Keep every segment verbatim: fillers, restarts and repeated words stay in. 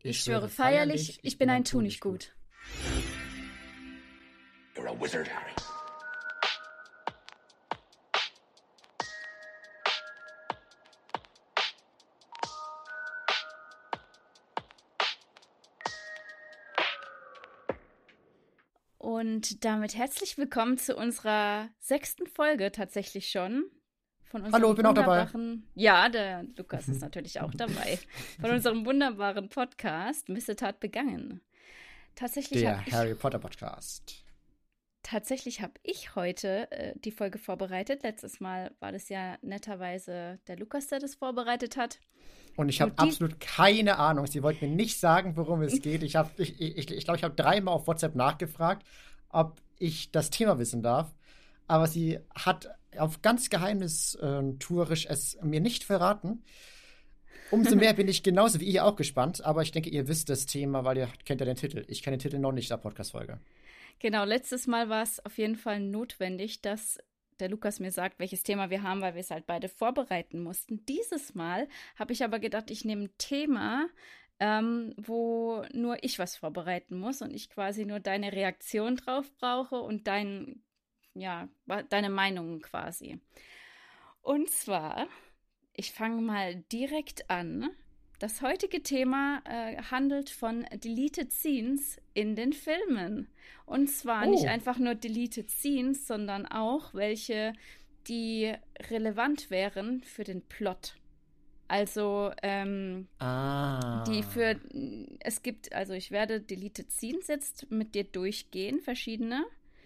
Ich schwöre feierlich, ich bin ein Tunichtgut. You're a wizard, Harry. Und damit herzlich willkommen zu unserer sechsten Folge tatsächlich schon. Von unserem Hallo, ich bin auch dabei. Ja, der Lukas ist natürlich auch dabei. Von unserem wunderbaren Podcast Missetat begangen. Tatsächlich Der ich, Harry Potter Podcast. Tatsächlich habe ich heute äh, die Folge vorbereitet. Letztes Mal war das ja netterweise der Lukas, der das vorbereitet hat. Und ich habe absolut keine Ahnung. Sie wollte mir nicht sagen, worum es geht. Ich glaube, ich, ich, ich, glaub, ich habe dreimal auf WhatsApp nachgefragt, ob ich das Thema wissen darf. Aber sie hat auf ganz geheimnistuerisch es mir nicht verraten. Umso mehr bin ich genauso wie ihr auch gespannt. Aber ich denke, ihr wisst das Thema, weil ihr kennt ja den Titel. Ich kenne den Titel noch nicht der Podcast-Folge. Genau, letztes Mal war es auf jeden Fall notwendig, dass der Lukas mir sagt, welches Thema wir haben, weil wir es halt beide vorbereiten mussten. Dieses Mal habe ich aber gedacht, ich nehme ein Thema, ähm, wo nur ich was vorbereiten muss und ich quasi nur deine Reaktion drauf brauche und dein, ja, deine Meinungen quasi. Und zwar, ich fange mal direkt an. Das heutige Thema äh, handelt von Deleted Scenes in den Filmen. Und zwar oh. nicht einfach nur Deleted Scenes, sondern auch welche, die relevant wären für den Plot. Also, ähm, ah. die für, es gibt, also ich werde Deleted Scenes jetzt mit dir durchgehen, verschiedene,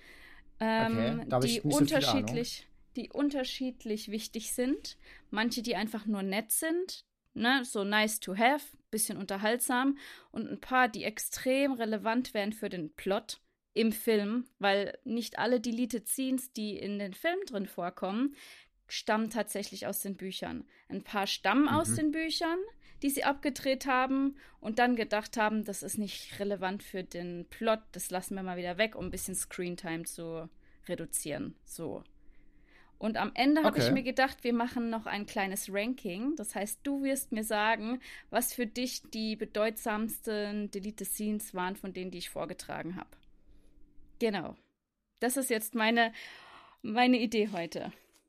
ähm, okay. Da hab ich die nicht so viel unterschiedlich, die unterschiedlich wichtig sind. Manche, die einfach nur nett sind. Ne, so nice to have, bisschen unterhaltsam und ein paar, die extrem relevant wären für den Plot im Film, weil nicht alle Deleted Scenes, die in den Filmen drin vorkommen, stammen tatsächlich aus den Büchern. Ein paar stammen mhm. aus den Büchern, die sie abgedreht haben und dann gedacht haben, das ist nicht relevant für den Plot, das lassen wir mal wieder weg, um ein bisschen Screentime zu reduzieren. So. Und am Ende habe okay. ich mir gedacht, wir machen noch ein kleines Ranking. Das heißt, du wirst mir sagen, was für dich die bedeutsamsten Deleted Scenes waren von denen, die ich vorgetragen habe. Genau. Das ist jetzt meine, meine Idee heute.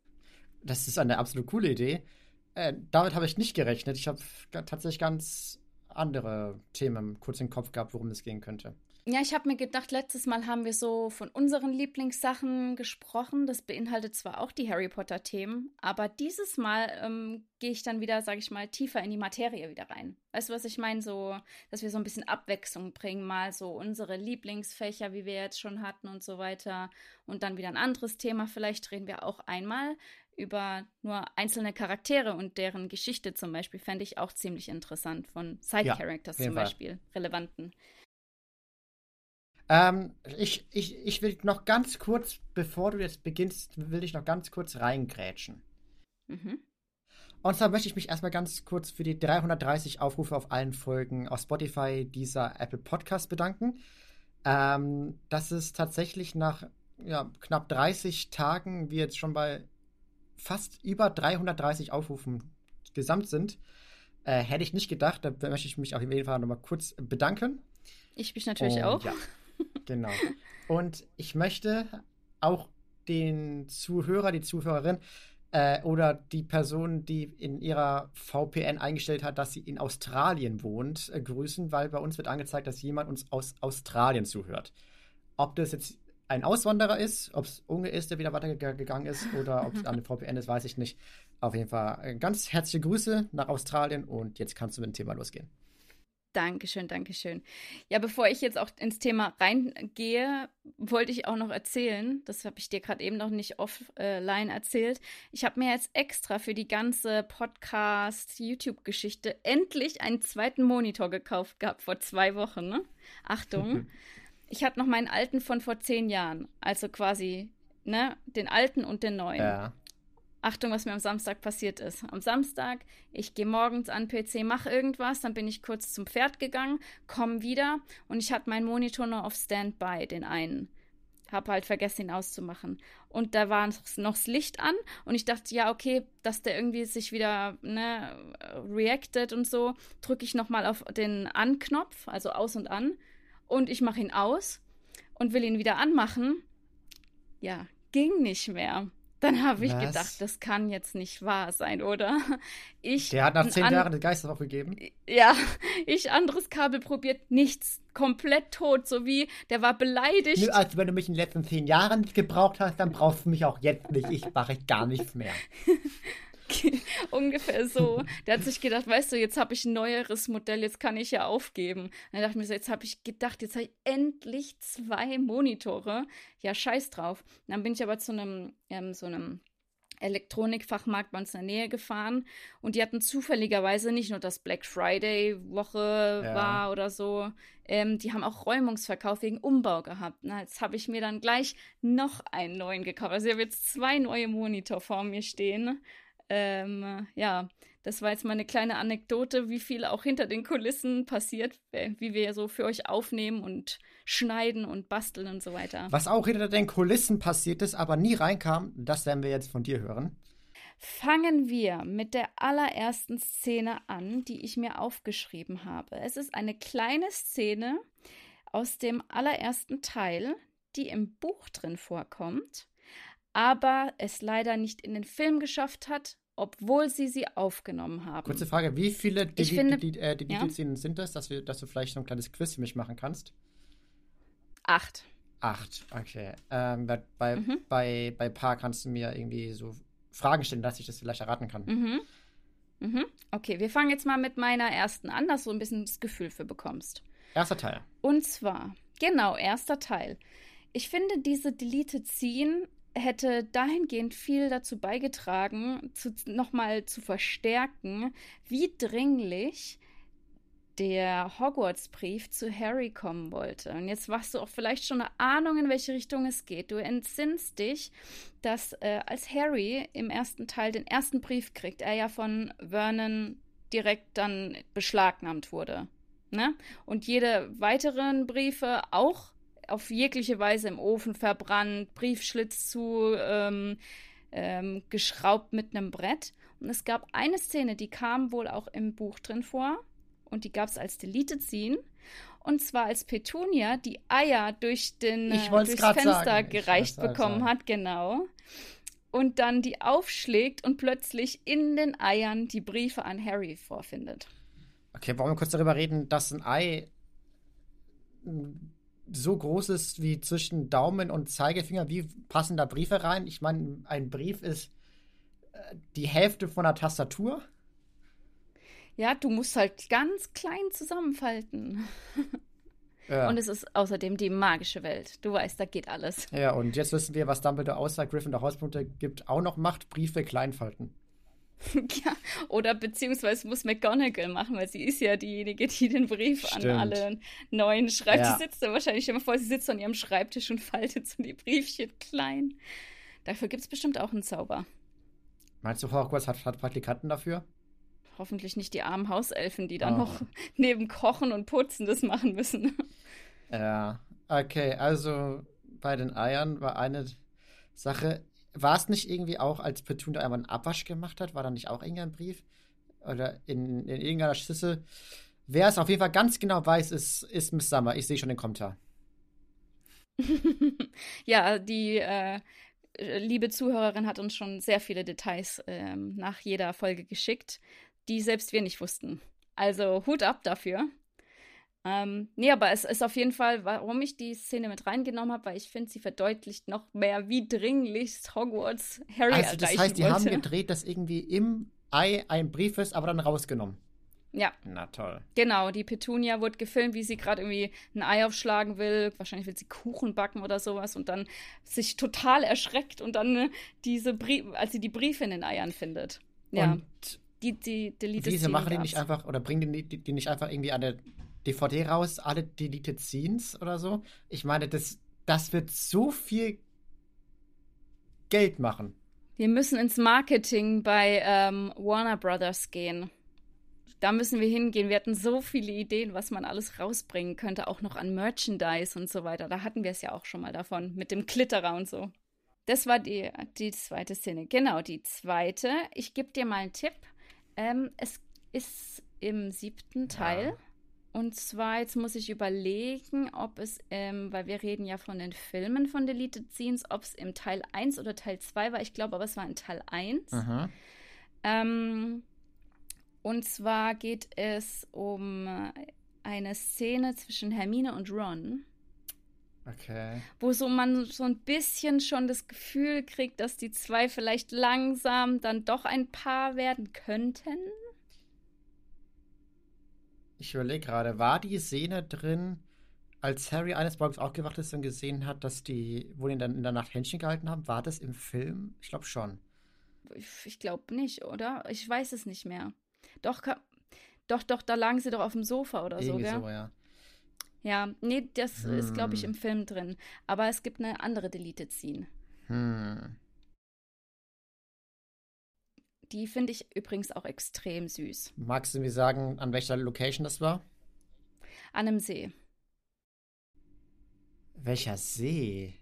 Das ist eine absolut coole Idee. Äh, damit habe ich nicht gerechnet. Ich habe g- tatsächlich ganz andere Themen kurz im Kopf gehabt, worum es gehen könnte. Ja, ich habe mir gedacht, letztes Mal haben wir so von unseren Lieblingssachen gesprochen. Das beinhaltet zwar auch die Harry Potter-Themen, aber dieses Mal ähm, gehe ich dann wieder, sage ich mal, tiefer in die Materie wieder rein. Weißt du, was ich meine? So, dass wir so ein bisschen Abwechslung bringen, mal so unsere Lieblingsfächer, wie wir jetzt schon hatten und so weiter. Und dann wieder ein anderes Thema. Vielleicht reden wir auch einmal über nur einzelne Charaktere und deren Geschichte zum Beispiel. Fände ich auch ziemlich interessant, von Side-Characters ja, zum Beispiel, relevanten. Ähm, ich, ich, ich will noch ganz kurz, bevor du jetzt beginnst, will ich noch ganz kurz reingrätschen. Mhm. Und zwar möchte ich mich erstmal ganz kurz für die dreihundertdreißig Aufrufe auf allen Folgen auf Spotify, dieser Apple Podcast bedanken. Ähm, das ist tatsächlich nach ja, knapp dreißig Tagen, wir jetzt schon bei fast über dreihundertdreißig Aufrufen gesamt sind. Äh, hätte ich nicht gedacht, da möchte ich mich auf jeden Fall nochmal kurz bedanken. Ich mich natürlich Und, auch. Ja, genau. Und ich möchte auch den Zuhörer, die Zuhörerin äh, oder die Person, die in ihrer V P N eingestellt hat, dass sie in Australien wohnt, äh, grüßen, weil bei uns wird angezeigt, dass jemand uns aus Australien zuhört. Ob das jetzt ein Auswanderer ist, ob es Unge ist, der wieder weitergegangen ist oder ob es eine V P N ist, weiß ich nicht. Auf jeden Fall ganz herzliche Grüße nach Australien und jetzt kannst du mit dem Thema losgehen. Dankeschön, Dankeschön. Ja, bevor ich jetzt auch ins Thema reingehe, wollte ich auch noch erzählen, das habe ich dir gerade eben noch nicht offline erzählt, ich habe mir jetzt extra für die ganze Podcast-YouTube-Geschichte endlich einen zweiten Monitor gekauft gehabt vor zwei Wochen. Ne? Achtung, ich hatte noch meinen alten von vor zehn Jahren, also quasi ne, den alten und den neuen. Ja. Achtung, was mir am Samstag passiert ist. Am Samstag, ich gehe morgens an den P C, mache irgendwas, dann bin ich kurz zum Pferd gegangen, komme wieder und ich hatte meinen Monitor nur auf Standby, den einen. habe halt vergessen, ihn auszumachen. Und da war noch das Licht an und ich dachte, ja, okay, dass der irgendwie sich wieder, ne, reactet und so, drücke ich nochmal auf den An-Knopf, also aus und an, und ich mache ihn aus und will ihn wieder anmachen. Ja, ging nicht mehr. Dann habe ich Was? gedacht, das kann jetzt nicht wahr sein, oder? Ich Der hat nach ein zehn an- Jahren den Geist aufgegeben. Ja, ich anderes Kabel probiert, nichts. Komplett tot, so wie, der war beleidigt. Nö, also wenn du mich in den letzten zehn Jahren nicht gebraucht hast, dann brauchst du mich auch jetzt nicht. Ich mache gar nichts mehr. Ungefähr so. Der hat sich gedacht, weißt du, jetzt habe ich ein neueres Modell, jetzt kann ich ja aufgeben. Und dann dachte ich mir so, jetzt habe ich gedacht, jetzt habe ich endlich zwei Monitore. Ja, scheiß drauf. Und dann bin ich aber zu einem, ähm, so einem Elektronikfachmarkt bei uns in der Nähe gefahren und die hatten zufälligerweise nicht nur, dass Black Friday Woche Ja. war oder so, ähm, die haben auch Räumungsverkauf wegen Umbau gehabt. Na, jetzt habe ich mir dann gleich noch einen neuen gekauft. Also ich habe jetzt zwei neue Monitor vor mir stehen. Ähm, ja, das war jetzt mal eine kleine Anekdote, wie viel auch hinter den Kulissen passiert, wie wir so für euch aufnehmen und schneiden und basteln und so weiter. Was auch hinter den Kulissen passiert ist, aber nie reinkam, das werden wir jetzt von dir hören. Fangen wir mit der allerersten Szene an, die ich mir aufgeschrieben habe. Es ist eine kleine Szene aus dem allerersten Teil, die im Buch drin vorkommt, aber es leider nicht in den Film geschafft hat, obwohl sie sie aufgenommen haben. Kurze Frage, wie viele Ich finde- ja? Deleted-Szenen sind das, dass, wir, dass du vielleicht so ein kleines Quiz für mich machen kannst? Acht. Acht, okay. Ähm, bei, bei, Mhm. bei, bei Paar kannst du mir irgendwie so Fragen stellen, dass ich das vielleicht erraten kann. Mhm. Mhm. Okay, wir fangen jetzt mal mit meiner ersten an, dass du ein bisschen das Gefühl für bekommst. Erster Teil. Und zwar, genau, erster Teil. Ich finde, diese Deleted Scene hätte dahingehend viel dazu beigetragen, zu, nochmal zu verstärken, wie dringlich der Hogwarts-Brief zu Harry kommen wollte. Und jetzt hast du auch vielleicht schon eine Ahnung, in welche Richtung es geht. Du entsinnst dich, dass äh, als Harry im ersten Teil den ersten Brief kriegt, er ja von Vernon direkt dann beschlagnahmt wurde. Ne? Und jede weiteren Briefe auch auf jegliche Weise im Ofen verbrannt, Briefschlitz zu ähm, ähm, geschraubt mit einem Brett. Und es gab eine Szene, die kam wohl auch im Buch drin vor. Und die gab es als Deleted Scene. Und zwar als Petunia die Eier durch den, Ich äh, wollt's durchs grad Fenster sagen. Ich gereicht wollt's grad bekommen sagen. hat, genau. Und dann die aufschlägt und plötzlich in den Eiern die Briefe an Harry vorfindet. Okay, wollen wir kurz darüber reden, dass ein Ei so groß ist wie zwischen Daumen und Zeigefinger? Wie passen da Briefe rein? Ich meine, ein Brief ist äh, die Hälfte von einer Tastatur. Ja, du musst halt ganz klein zusammenfalten. Ja. Und es ist außerdem die magische Welt. Du weißt, da geht alles. Ja, und jetzt wissen wir, was Dumbledore außer Gryffindor Hauspunkte gibt, auch noch macht, Briefe kleinfalten. Ja, oder beziehungsweise muss McGonagall machen, weil sie ist ja diejenige, die den Brief Stimmt. an alle Neuen schreibt. Ja. Sie sitzt da wahrscheinlich immer vor, sie sitzt an ihrem Schreibtisch und faltet so die Briefchen klein. Dafür gibt es bestimmt auch einen Zauber. Meinst du, Hogwarts hat, hat Praktikanten dafür? Hoffentlich nicht die armen Hauselfen, die dann Oh. noch neben Kochen und Putzen das machen müssen. Ja, okay, also bei den Eiern war eine Sache. War es nicht irgendwie auch, als Petunia einmal einen Abwasch gemacht hat, war da nicht auch irgendein Brief? Oder in, in irgendeiner Schüssel? Wer es auf jeden Fall ganz genau weiß, ist, ist Miss Summer. Ich sehe schon den Kommentar. Ja, die äh, liebe Zuhörerin hat uns schon sehr viele Details ähm, nach jeder Folge geschickt, die selbst wir nicht wussten. Also Hut ab dafür. Ähm, nee, aber es ist auf jeden Fall, warum ich die Szene mit reingenommen habe, weil ich finde, sie verdeutlicht noch mehr, wie dringlichst Hogwarts Harry Also das erreichen heißt, die wollte. haben gedreht, dass irgendwie im Ei ein Brief ist, aber dann rausgenommen. Ja, Na toll. genau. Die Petunia wurde gefilmt, wie sie gerade irgendwie ein Ei aufschlagen will. Wahrscheinlich will sie Kuchen backen oder sowas und dann sich total erschreckt und dann äh, diese Briefe, als sie die Briefe in den Eiern findet. Ja, Und die, die Deleted wieso Scene machen die gab's. nicht einfach, oder bringen die, die, die nicht einfach irgendwie eine D V D raus, alle Deleted Scenes oder so? Ich meine, das, das wird so viel Geld machen. Wir müssen ins Marketing bei ähm, Warner Brothers gehen. da müssen wir hingehen. Wir hatten so viele Ideen, was man alles rausbringen könnte, auch noch an Merchandise und so weiter. Da hatten wir es ja auch schon mal davon, mit dem Klitterer und so. Das war die, die zweite Szene. Genau, die zweite. Ich gebe dir mal einen Tipp. Ähm, es ist im siebten Teil. Ja. Und zwar, jetzt muss ich überlegen, ob es, ähm, weil wir reden ja von den Filmen von Deleted Scenes, ob es im Teil eins oder Teil zwei war. Ich glaube aber, es war in Teil eins. Mhm. Ähm, und zwar geht es um eine Szene zwischen Hermine und Ron, Okay. wo so man so ein bisschen schon das Gefühl kriegt, dass die zwei vielleicht langsam dann doch ein Paar werden könnten. Ich überlege gerade, war die Szene drin, als Harry eines Morgens aufgewacht ist und gesehen hat, dass die wohl in der, in der Nacht Händchen gehalten haben? War das im Film? Ich glaube schon. Ich, ich glaube nicht, oder? Ich weiß es nicht mehr. Doch, ka- doch, doch, da lagen sie doch auf dem Sofa oder so, Irgendwie gell? so, ja. Ja, nee, das ist, glaube ich, Hm. im Film drin. Aber es gibt eine andere Deleted Scene. Hm. Die finde ich übrigens auch extrem süß. Magst du mir sagen, an welcher Location das war? An einem See. Welcher See?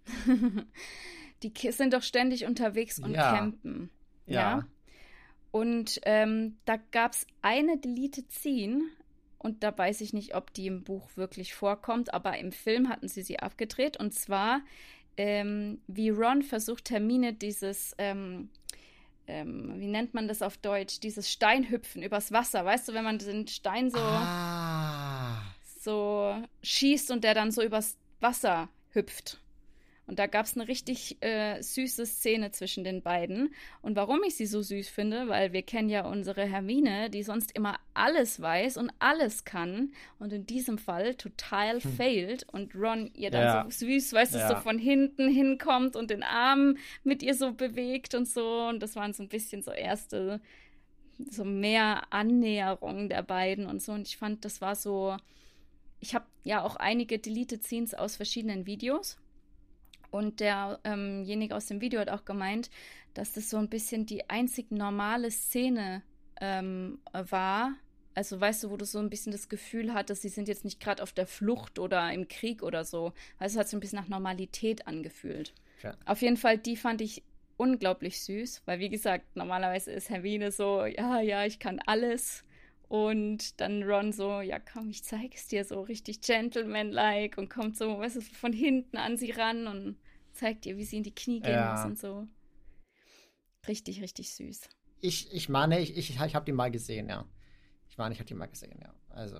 Die Ki- sind doch ständig unterwegs und Ja. campen. Ja. Ja. Und ähm, da gab es eine Deleted Scene. Und da weiß ich nicht, ob die im Buch wirklich vorkommt. Aber im Film hatten sie sie abgedreht. Und zwar, ähm, wie Ron versucht, Hermine dieses, ähm, ähm, wie nennt man das auf Deutsch? Dieses Steinhüpfen übers Wasser. Weißt du, wenn man den Stein so, Ah. so schießt und der dann so übers Wasser hüpft. Und da gab es eine richtig äh, süße Szene zwischen den beiden. Und warum ich sie so süß finde, weil wir kennen ja unsere Hermine, die sonst immer alles weiß und alles kann und in diesem Fall total Hm. failt und Ron ihr dann Ja. so süß, weißt du, so Ja. von hinten hinkommt und den Arm mit ihr so bewegt und so. Und das waren so ein bisschen so erste, so mehr Annäherungen der beiden und so. Und ich fand, das war so, ich habe ja auch einige Deleted Scenes aus verschiedenen Videos. Und derjenige aus dem Video hat auch gemeint, dass das so ein bisschen die einzig normale Szene ähm, war. Also weißt du, wo du so ein bisschen das Gefühl hattest, sie sind jetzt nicht gerade auf der Flucht oder im Krieg oder so. Also es hat sich ein bisschen nach Normalität angefühlt. Ja. Auf jeden Fall, die fand ich unglaublich süß, weil wie gesagt, normalerweise ist Hermine so, ja, ja, ich kann alles. Und dann Ron so, ja komm, ich zeig es dir so richtig gentleman-like und kommt so, weißt du, von hinten an sie ran und zeigt ihr, wie sie in die Knie gehen Ja. muss und so. Richtig, richtig süß. Ich, ich meine, ich, ich, ich habe die mal gesehen, ja. Ich meine, ich habe die mal gesehen, ja. Also.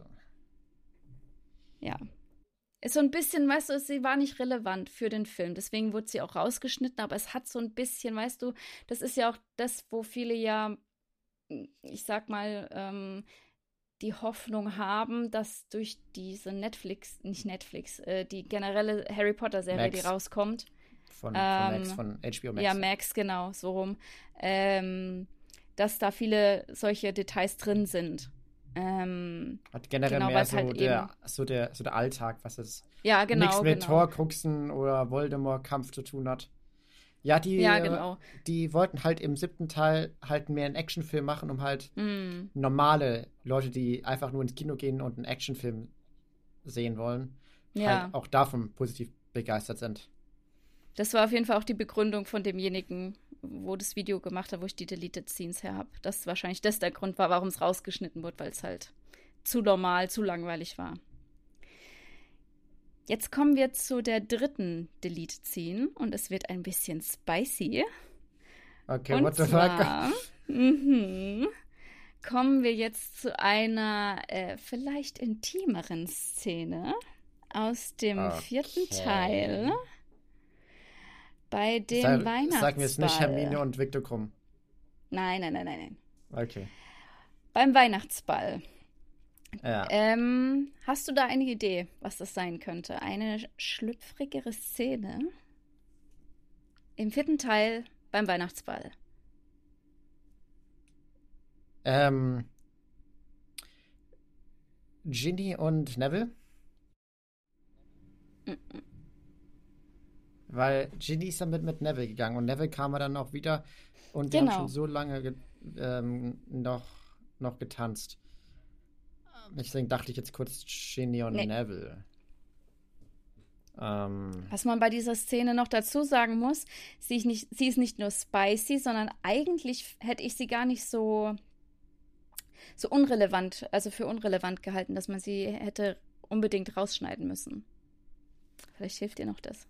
Ja. Ist so ein bisschen, weißt du, sie war nicht relevant für den Film, deswegen wurde sie auch rausgeschnitten, aber es hat so ein bisschen, weißt du, das ist ja auch das, wo viele ja, ich sag mal, ähm, die Hoffnung haben, dass durch diese Netflix, nicht Netflix, äh, die generelle Harry Potter-Serie, die Max. rauskommt. Von, von Ähm, Max, von H B O Max. Ja, Max, genau, so rum. Ähm, dass da viele solche Details drin sind. Ähm, Hat generell genau, mehr weil's so, halt der, so, der, so der Alltag, was es ja, genau, nichts mit genau. Horcruxen oder Voldemort-Kampf zu tun hat. Ja, die, Ja, äh, genau. die wollten halt im siebten Teil halt mehr einen Actionfilm machen, um halt Mm, normale Leute, die einfach nur ins Kino gehen und einen Actionfilm sehen wollen, ja, halt auch davon positiv begeistert sind. das war auf jeden Fall auch die Begründung von demjenigen, wo das Video gemacht hat, wo ich die Deleted Scenes her habe. Dass wahrscheinlich das der Grund war, warum es rausgeschnitten wurde, weil es halt zu normal, zu langweilig war. Jetzt kommen wir zu der dritten Deleted Scene und es wird ein bisschen spicy. Okay, Und what the fuck? zwar mhm, kommen wir jetzt zu einer äh, vielleicht intimeren Szene aus dem vierten Okay. Teil bei dem Sag, Weihnachtsball. sag mir jetzt nicht Hermine und Viktor Krumm. Nein, nein, nein, nein, nein. Okay. Beim Weihnachtsball. Ja. Ähm, hast du da eine Idee, was das sein könnte? Eine schlüpfrigere Szene im vierten Teil beim Weihnachtsball. Ähm, Ginny und Neville? Mm-mm. Weil Ginny ist dann mit, mit Neville gegangen und Neville kam ja dann auch wieder und die haben Genau. schon so lange ge ähm, noch, noch getanzt. Deswegen dachte ich jetzt kurz Ginny und Nee. Neville. Ähm, Was man bei dieser Szene noch dazu sagen muss, sie ist nicht, sie ist nicht nur spicy, sondern eigentlich hätte ich sie gar nicht so, so unrelevant, also für unrelevant gehalten, dass man sie hätte unbedingt rausschneiden müssen. Vielleicht hilft dir noch das.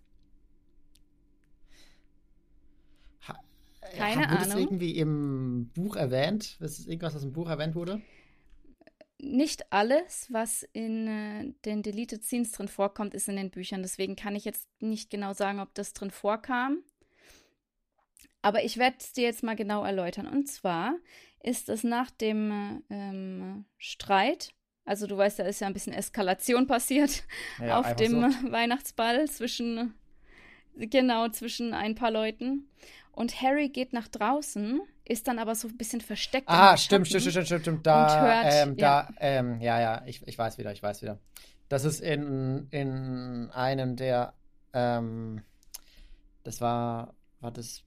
ha, Keine ha, wurde es Ahnung. irgendwie im Buch erwähnt? Ist es irgendwas, was im Buch erwähnt wurde? Nicht alles, was in äh, den Deleted Scenes drin vorkommt, ist in den Büchern. Deswegen kann ich jetzt nicht genau sagen, ob das drin vorkam. Aber ich werde es dir jetzt mal genau erläutern. Und zwar ist es nach dem ähm, Streit, also du weißt, da ist ja ein bisschen Eskalation passiert Ja, auf dem Weihnachtsball zwischen, genau, zwischen ein paar Leuten. Und Harry geht nach draußen, ist dann aber so ein bisschen versteckt. Ah, im stimmt, Schatten. stimmt, stimmt, stimmt, stimmt. Da, Und hört, ähm, ja. da, ähm, ja, ja, ich, ich weiß wieder, ich weiß wieder. Das ist in, in einem der, ähm, das war, war das,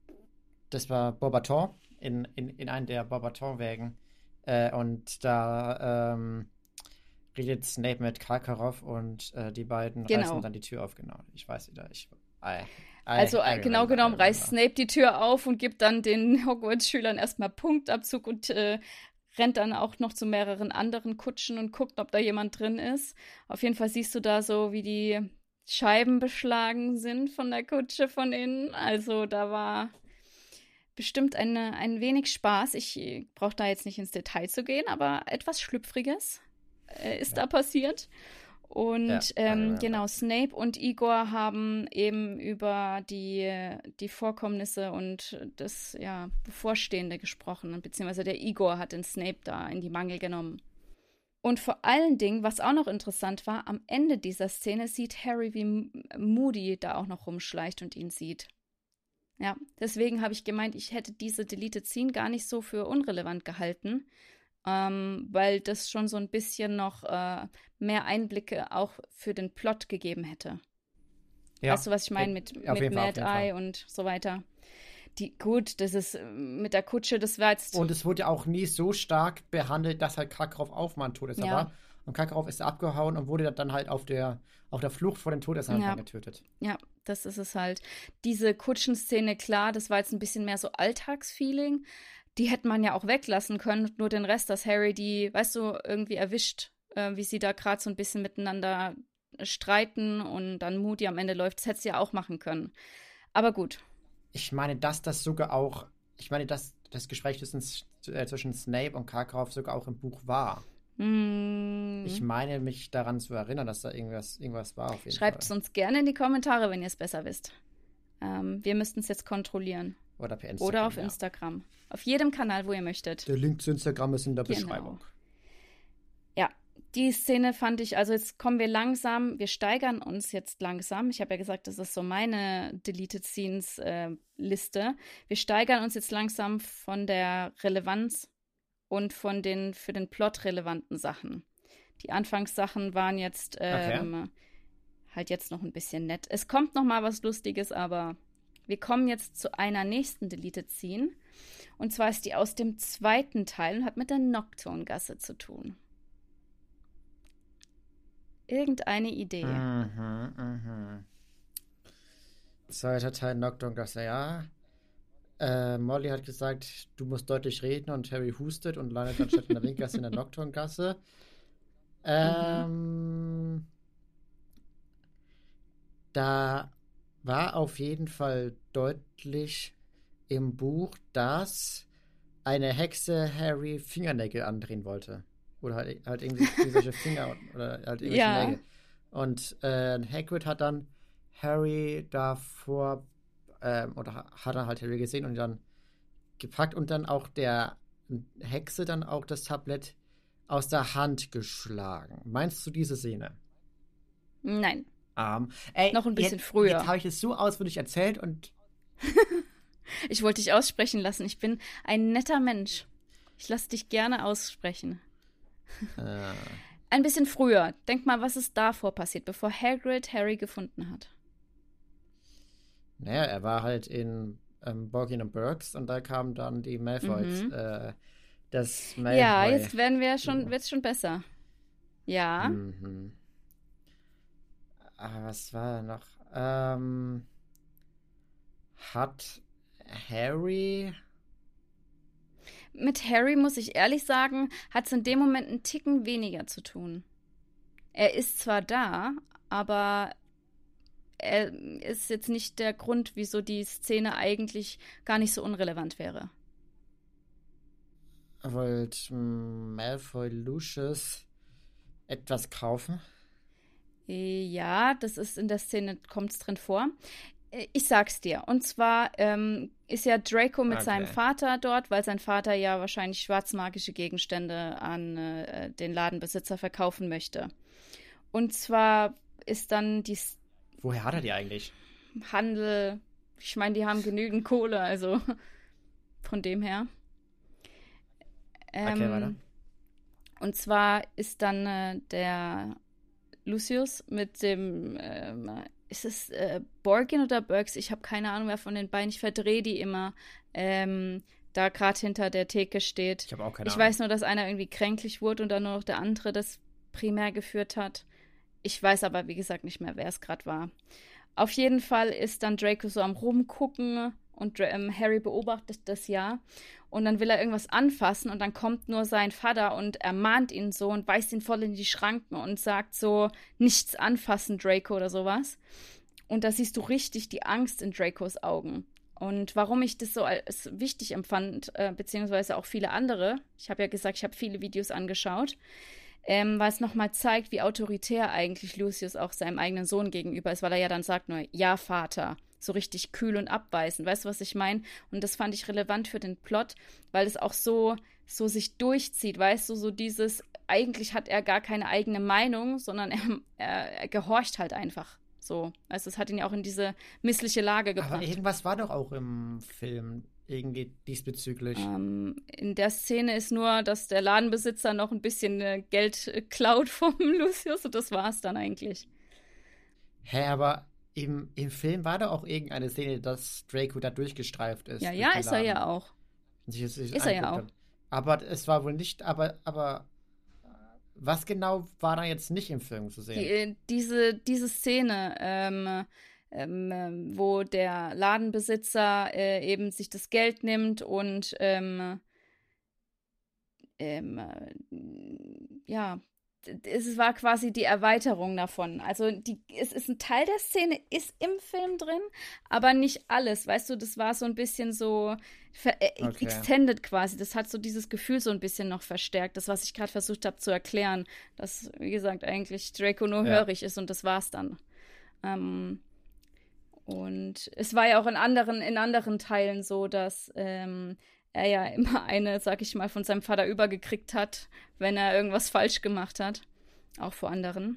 das war Beauxbaton, in, in, in einem der Beauxbaton-Wägen. Äh, und da, ähm, redet Snape mit Karkaroff und äh, die beiden Genau. reißen dann die Tür auf, genau. Ich weiß wieder, ich, I, I, Also I genau remember, genommen I reißt remember. Snape die Tür auf und gibt dann den Hogwarts-Schülern erstmal Punktabzug und äh, rennt dann auch noch zu mehreren anderen Kutschen und guckt, ob da jemand drin ist. Auf jeden Fall siehst du da so, wie die Scheiben beschlagen sind von der Kutsche von innen. Also da war bestimmt eine, ein wenig Spaß. Ich brauche da jetzt nicht ins Detail zu gehen, aber etwas Schlüpfriges äh, ist Ja. da passiert. Und Ja, I ähm, remember. genau, Snape und Igor haben eben über die, die Vorkommnisse und das ja, Bevorstehende gesprochen. Beziehungsweise der Igor hat den Snape da in die Mangel genommen. Und vor allen Dingen, was auch noch interessant war, am Ende dieser Szene sieht Harry, wie M- Moody da auch noch rumschleicht und ihn sieht. Ja, deswegen habe ich gemeint, ich hätte diese Deleted Scene gar nicht so für unrelevant gehalten, ähm, weil das schon so ein bisschen noch äh, mehr Einblicke auch für den Plot gegeben hätte. Ja, Weißt du, was ich meine auf mit, jeden mit Fall, auf Mad jeden Fall. Eye und so weiter? Die, gut, das ist äh, mit der Kutsche, das war jetzt. Und es wurde ja auch nie so stark behandelt, dass halt Karkaroff Aufmann Todesser Ja. war. Und Karkaroff ist abgehauen und wurde dann halt auf der, auf der Flucht vor den Todessern Ja. getötet. Ja, das ist es halt. Diese Kutschenszene, klar, das war jetzt ein bisschen mehr so Alltagsfeeling. Die hätte man ja auch weglassen können, nur den Rest, dass Harry die, weißt du, irgendwie erwischt, äh, wie sie da gerade so ein bisschen miteinander streiten und dann Moody am Ende läuft. Das hätte sie ja auch machen können. Aber gut. Ich meine, dass das sogar auch, ich meine, dass das Gespräch zwischen, äh, zwischen Snape und Karkaroff sogar auch im Buch war. Hm. Ich meine, mich daran zu erinnern, dass da irgendwas, irgendwas war auf jeden Schreibt es Fall. uns gerne in die Kommentare, wenn ihr es besser wisst. Ähm, wir müssten es jetzt kontrollieren. Oder per Instagram. Oder auf ja. Instagram. Auf jedem Kanal, wo ihr möchtet. Der Link zu Instagram ist in der Genau. Beschreibung. Ja, die Szene fand ich, also jetzt kommen wir langsam, wir steigern uns jetzt langsam. Ich habe ja gesagt, das ist so meine Deleted Scenes äh, Liste. Wir steigern uns jetzt langsam von der Relevanz und von den für den Plot relevanten Sachen. Die Anfangssachen waren jetzt ähm, okay. halt jetzt noch ein bisschen nett. Es kommt noch mal was Lustiges, aber wir kommen jetzt zu einer nächsten Deleted Scene. Und zwar ist die aus dem zweiten Teil und hat mit der Nocturngasse zu tun. Irgendeine Idee? Mhm, mhm. Zweiter Teil Nocturngasse, ja. Äh, Molly hat gesagt, du musst deutlich reden und Harry hustet und landet dann statt in der Ringgasse in der Nocturngasse. Ähm, mhm. Da war auf jeden Fall deutlich im Buch, dass eine Hexe Harry Fingernägel andrehen wollte. Oder halt, halt irgendwie, irgendwelche Finger oder halt irgendwelche Ja. Nägel. Und äh, Hagrid hat dann Harry davor, ähm, oder hat er halt Harry gesehen und dann gepackt und dann auch der Hexe dann auch das Tablett aus der Hand geschlagen. Meinst du diese Szene? Nein. Um, ey, Noch ein bisschen jetzt, früher. Jetzt habe ich es so ausführlich erzählt und ich wollte dich aussprechen lassen. Ich bin ein netter Mensch. Ich lasse dich gerne aussprechen. Äh. Ein bisschen früher. Denk mal, was ist davor passiert, bevor Hagrid Harry gefunden hat. Naja, er war halt in ähm, Borgin und Burkes und da kamen dann die Malfoys. Mhm. Äh, das Malfoy. Ja, jetzt werden wir schon, wird's schon besser. Ja. Mhm. Ah, was war da noch? Ähm, hat Harry. Mit Harry, muss ich ehrlich sagen, hat es in dem Moment einen Ticken weniger zu tun. Er ist zwar da, aber er ist jetzt nicht der Grund, wieso die Szene eigentlich gar nicht so unrelevant wäre. Wollt Malfoy Lucius etwas kaufen? Ja, das ist in der Szene, kommt es drin vor. Ich sag's dir. Und zwar ähm, ist ja Draco mit Okay. seinem Vater dort, weil sein Vater ja wahrscheinlich schwarzmagische Gegenstände an äh, den Ladenbesitzer verkaufen möchte. Und zwar ist dann die S- Woher hat er die eigentlich? Handel, ich meine, die haben genügend Kohle, also von dem her. Okay, weiter. Ähm, und zwar ist dann äh, der Lucius mit dem, ähm, ist es äh, Borgin oder Burks? Ich habe keine Ahnung, wer von den beiden. Ich verdrehe die immer. Ähm, da gerade hinter der Theke steht. Ich habe auch keine Ich Ahnung. weiß nur, dass einer irgendwie kränklich wurde und dann nur noch der andere das primär geführt hat. Ich weiß aber, wie gesagt, nicht mehr, wer es gerade war. Auf jeden Fall ist dann Draco so am Rumgucken und Dra- ähm, Harry beobachtet das ja. Und dann will er irgendwas anfassen und dann kommt nur sein Vater und ermahnt ihn so und weist ihn voll in die Schranken und sagt so, nichts anfassen, Draco oder sowas. Und da siehst du richtig die Angst in Dracos Augen. Und warum ich das so als wichtig empfand, äh, beziehungsweise auch viele andere, ich habe ja gesagt, ich habe viele Videos angeschaut, ähm, weil es nochmal zeigt, wie autoritär eigentlich Lucius auch seinem eigenen Sohn gegenüber ist, weil er ja dann sagt nur, ja, Vater, so richtig kühl und abweisend. Weißt du, was ich meine? Und das fand ich relevant für den Plot, weil es auch so, so sich durchzieht, weißt du, so dieses, eigentlich hat er gar keine eigene Meinung, sondern er, er, er gehorcht halt einfach. So, also es hat ihn ja auch in diese missliche Lage gebracht. Aber irgendwas war doch auch im Film irgendwie diesbezüglich. Ähm, in der Szene ist nur, dass der Ladenbesitzer noch ein bisschen äh, Geld äh, klaut vom Lucius und das war's dann eigentlich. Hä, aber im, im Film war doch auch irgendeine Szene, dass Draco da durchgestreift ist. Ja, durch ja, den ist er ja Laden auch. und sich das sich Ist er ja angeguckt auch. hat. Aber es war wohl nicht, aber, aber was genau war da jetzt nicht im Film zu Die, sehen? äh, diese, diese Szene, ähm, ähm, ähm, wo der Ladenbesitzer äh, eben sich das Geld nimmt und ähm, ähm, äh, ja, d- es war quasi die Erweiterung davon. Also die, es ist ein Teil der Szene, ist im Film drin, aber nicht alles. Weißt du, das war so ein bisschen so ver äh, Okay. extended quasi. Das hat so dieses Gefühl so ein bisschen noch verstärkt. Das, was ich gerade versucht habe zu erklären, dass, wie gesagt, eigentlich Draco nur Ja. hörig ist und das war's dann. Ähm, und es war ja auch in anderen, in anderen Teilen so, dass ähm, er ja immer eine, sag ich mal, von seinem Vater übergekriegt hat, wenn er irgendwas falsch gemacht hat. Auch vor anderen.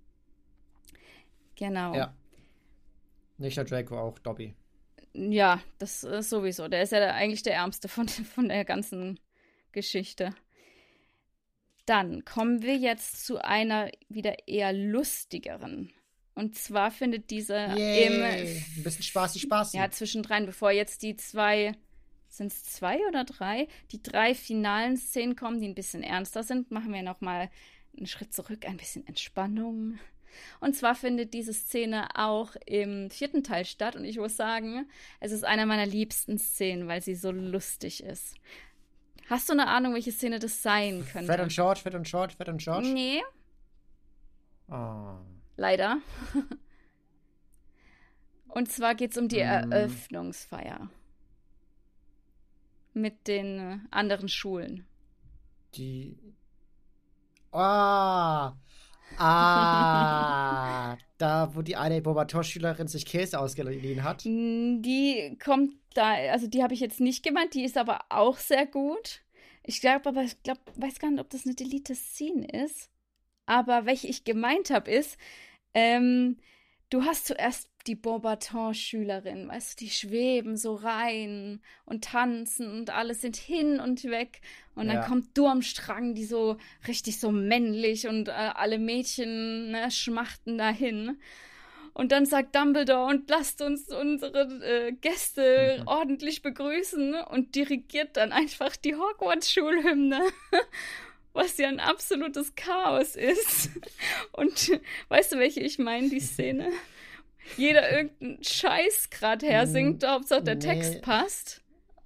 Genau. Ja. Nicht nur Draco, auch Dobby. Ja, das ist sowieso. Der ist ja der, eigentlich der Ärmste von, von der ganzen Geschichte. Dann kommen wir jetzt zu einer wieder eher lustigeren. Und zwar findet diese Yay. im Ein bisschen Spaßig, Spaßig. Ja, zwischendrin, bevor jetzt die zwei, sind es zwei oder drei, die drei finalen Szenen kommen, die ein bisschen ernster sind, machen wir nochmal einen Schritt zurück, ein bisschen Entspannung. Und zwar findet diese Szene auch im vierten Teil statt und ich muss sagen, es ist einer meiner liebsten Szenen, weil sie so lustig ist. Hast du eine Ahnung, welche Szene das sein könnte? Fred und George, Fred und George, Fred und George. Nee, Oh. leider. Und zwar geht es um die Mm. Eröffnungsfeier mit den äh, anderen Schulen. Die. Ah. Ah. Da, wo die eine Bobator-Schülerin sich Käse ausgeliehen hat. Die kommt da, also die habe ich jetzt nicht gemeint, die ist aber auch sehr gut. Ich glaube aber, ich glaub, weiß gar nicht, ob das eine Deleted Scene ist. Aber welche ich gemeint habe, ist, ähm, du hast zuerst die Beauxbatons-Schülerinnen, weißt du, die schweben so rein und tanzen und alles sind hin und weg. Und dann Ja. kommt Durmstrang, die so richtig so männlich und äh, alle Mädchen ne, schmachten dahin. Und dann sagt Dumbledore, und lasst uns unsere äh, Gäste Mhm. ordentlich begrüßen und dirigiert dann einfach die Hogwarts-Schulhymne. was ja ein absolutes Chaos ist. Und weißt du, welche ich meine, die Szene? Jeder irgendeinen Scheiß gerade hersingt, Hauptsache der Nee. Text passt.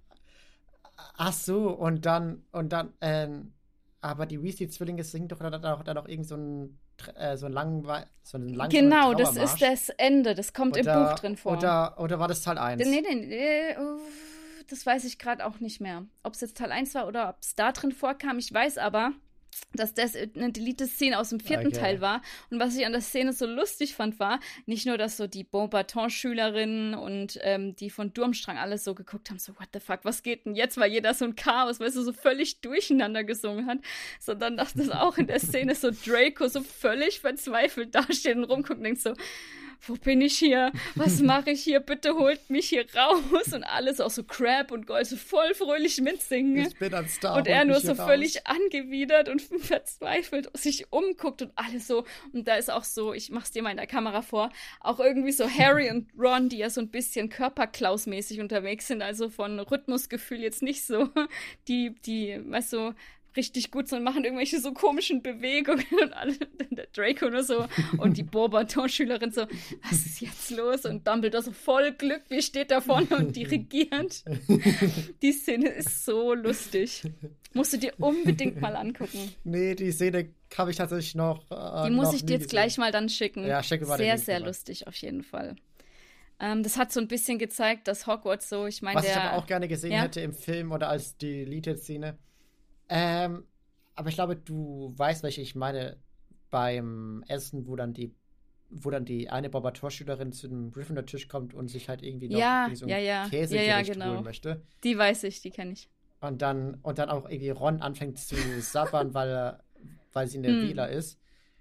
Ach so, und dann, und dann, ähm, aber die Weasley-Zwillinge singen doch dann auch, dann auch irgend so einen, äh, so einen langen, so einen langsamen Genau, das Trauermarsch. ist das Ende, das kommt im Oder- Buch drin vor. Oder, oder war das Teil eins? Nee, nee, nee, uh, das weiß ich gerade auch nicht mehr. Ob es jetzt Teil eins war oder ob es da drin vorkam. Ich weiß aber, dass das eine Deleted-Szene aus dem vierten Okay. Teil war. Und was ich an der Szene so lustig fand, war nicht nur, dass so die Beauxbaton-Schülerinnen und ähm, die von Durmstrang alles so geguckt haben, so, what the fuck, was geht denn jetzt, weil jeder so ein Chaos, weißt du, so völlig durcheinander gesungen hat, sondern dass das auch in der Szene so Draco so völlig verzweifelt dasteht und rumguckt und denkt so, wo bin ich hier? Was mache ich hier? Bitte holt mich hier raus. Und alles auch so Crab und Gold so voll fröhlich mitsingen. Ich bin ein Star. Und er holt nur mich so hier völlig angewidert und verzweifelt sich umguckt und alles so. Und da ist auch so, ich mach's dir mal in der Kamera vor, auch irgendwie so Harry und Ron, die ja so ein bisschen Körperklaus-mäßig unterwegs sind, also von Rhythmusgefühl jetzt nicht so, die, die, weißt du, richtig gut, sondern machen irgendwelche so komischen Bewegungen und alle, der Draco nur so und die Beauxbaton-Schülerin so, was ist jetzt los? Und Dumbledore so voll glücklich steht da vorne und dirigiert. Die Szene ist so lustig. Musst du dir unbedingt mal angucken. Nee, die Szene habe ich tatsächlich noch. Äh, Die muss noch ich nie dir jetzt gesehen. gleich mal dann schicken. Ja, schick mir mal den Sehr, Link sehr rüber. lustig auf jeden Fall. Ähm, das hat so ein bisschen gezeigt, dass Hogwarts so, ich meine, Was der... ich aber auch gerne gesehen Ja? hätte im Film oder als Deleted-Szene. Ähm, aber ich glaube, du weißt, welche ich meine beim Essen, wo dann die, wo dann die eine Beauxbaton-Schülerin zu dem Gryffindor-Tisch kommt und sich halt irgendwie noch Ja, irgendwie so ein ja, ja. Käse Ja, ja, genau. holen möchte. Die weiß ich, die kenne ich. Und dann, und dann auch irgendwie Ron anfängt zu sabbern, weil, er- weil sie eine Hm. Wähler ist.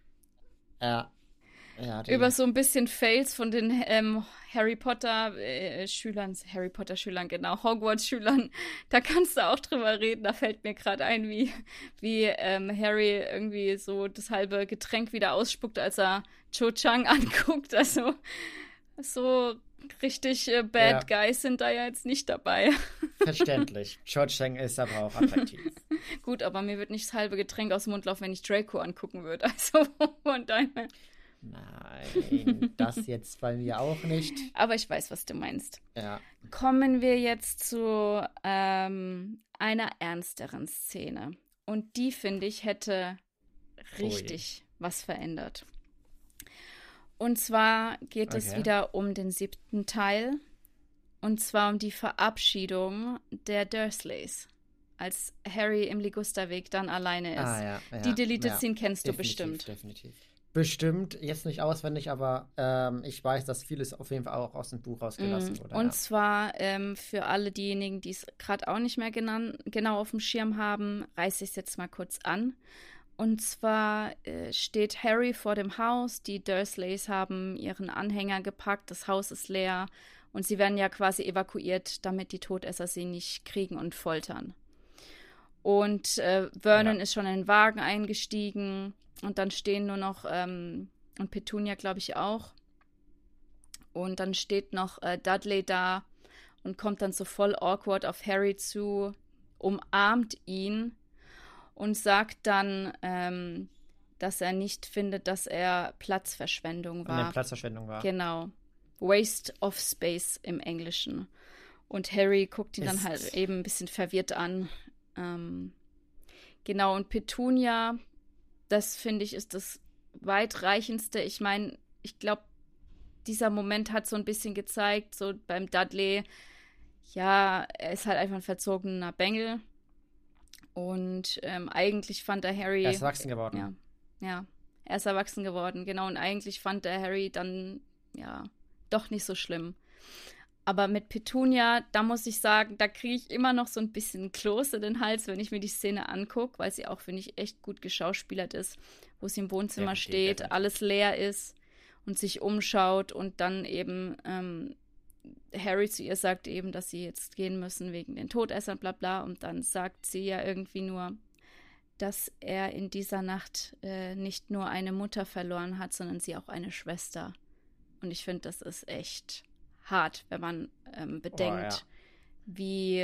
Ja. Ja, die, Über so ein bisschen Fails von den ähm, Harry Potter äh, Schülern, Harry Potter Schülern, genau, Hogwarts Schülern, da kannst du auch drüber reden. Da fällt mir gerade ein, wie, wie ähm, Harry irgendwie so das halbe Getränk wieder ausspuckt, als er Cho Chang anguckt. Also so richtig äh, Bad Ja. Guys sind da ja jetzt nicht dabei. verständlich. Cho Chang ist aber auch attraktiv. Gut, aber mir wird nicht das halbe Getränk aus dem Mund laufen, wenn ich Draco angucken würde. Also von daher. Nein, das jetzt bei mir auch nicht. Aber ich weiß, was du meinst. Ja. Kommen wir jetzt zu ähm, einer ernsteren Szene. Und die, finde ich, hätte richtig was verändert. Und zwar geht es Okay. wieder um den siebten Teil. Und zwar um die Verabschiedung der Dursleys. Als Harry im Ligusterweg dann alleine ist. Ah, ja, ja, Die Deleted ja. Scene kennst du Definitiv, bestimmt. Definitiv. Bestimmt, jetzt nicht auswendig, aber ähm, ich weiß, dass vieles auf jeden Fall auch aus dem Buch rausgelassen Mm, wurde. Und ja. zwar ähm, für alle diejenigen, die es gerade auch nicht mehr genan- genau auf dem Schirm haben, reiße ich es jetzt mal kurz an. Und zwar äh, steht Harry vor dem Haus, die Dursleys haben ihren Anhänger gepackt, das Haus ist leer und sie werden ja quasi evakuiert, damit die Todesser sie nicht kriegen und foltern. Und äh, Vernon Ja. ist schon in den Wagen eingestiegen und dann stehen nur noch, ähm, und Petunia glaube ich auch, und dann steht noch äh, Dudley da und kommt dann so voll awkward auf Harry zu, umarmt ihn und sagt dann, ähm, dass er nicht findet, dass er Platzverschwendung An der war. Platzverschwendung war. Genau. Waste of Space im Englischen. Und Harry guckt ihn dann Ist- halt eben ein bisschen verwirrt an. Ähm, genau, und Petunia, das finde ich, ist das weitreichendste. Ich meine, ich glaube, dieser Moment hat so ein bisschen gezeigt, so beim Dudley, ja, er ist halt einfach ein verzogener Bengel. Und ähm, eigentlich fand der Harry. Er ist erwachsen geworden. Ja, ja, er ist erwachsen geworden, genau. Und eigentlich fand der Harry dann, ja, doch nicht so schlimm. Aber mit Petunia, da muss ich sagen, da kriege ich immer noch so ein bisschen Kloß in den Hals, wenn ich mir die Szene angucke, weil sie auch, finde ich, echt gut geschauspielert ist, wo sie im Wohnzimmer Definitiv, steht, definitiv. alles leer ist und sich umschaut und dann eben ähm, Harry zu ihr sagt eben, dass sie jetzt gehen müssen wegen den Todessern, bla bla. Und dann sagt sie ja irgendwie nur, dass er in dieser Nacht äh, nicht nur eine Mutter verloren hat, sondern sie auch eine Schwester. Und ich finde, das ist echt hart, wenn man ähm, bedenkt, ja. wie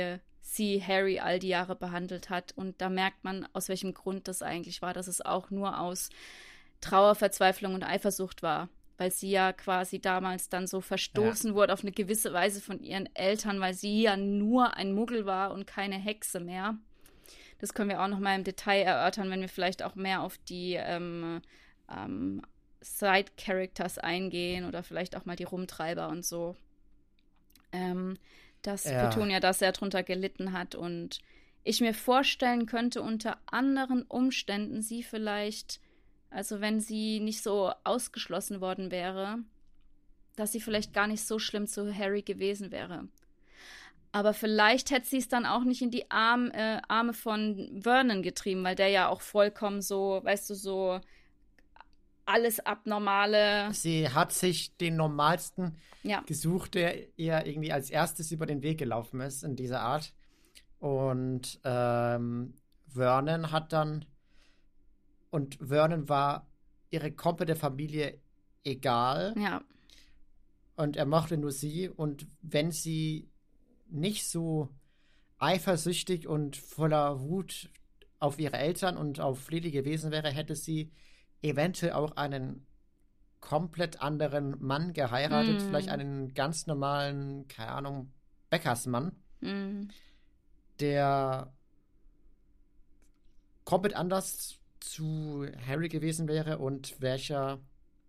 sie Harry all die Jahre behandelt hat. Und da merkt man, aus welchem Grund das eigentlich war, dass es auch nur aus Trauer, Verzweiflung und Eifersucht war. Weil sie ja quasi damals dann so verstoßen ja. wurde auf eine gewisse Weise von ihren Eltern, weil sie ja nur ein Muggel war und keine Hexe mehr. Das können wir auch noch mal im Detail erörtern, wenn wir vielleicht auch mehr auf die ähm, ähm, Side-Characters eingehen oder vielleicht auch mal die Rumtreiber und so. Ähm, dass ja. Petunia da sehr drunter gelitten hat und ich mir vorstellen könnte, unter anderen Umständen sie vielleicht, also wenn sie nicht so ausgeschlossen worden wäre, dass sie vielleicht gar nicht so schlimm zu Harry gewesen wäre. Aber vielleicht hätte sie es dann auch nicht in die Arm, äh, Arme von Vernon getrieben, weil der ja auch vollkommen so, weißt du, so alles Abnormale. Sie hat sich den Normalsten ja. gesucht, der ihr irgendwie als erstes über den Weg gelaufen ist in dieser Art. Und ähm, Vernon hat dann und Vernon war ihre komplette Familie egal. Ja. Und er mochte nur sie. Und wenn sie nicht so eifersüchtig und voller Wut auf ihre Eltern und auf Lily gewesen wäre, hätte sie eventuell auch einen komplett anderen Mann geheiratet, mm. vielleicht einen ganz normalen, keine Ahnung, Bäckersmann, mm. der komplett anders zu Harry gewesen wäre und welcher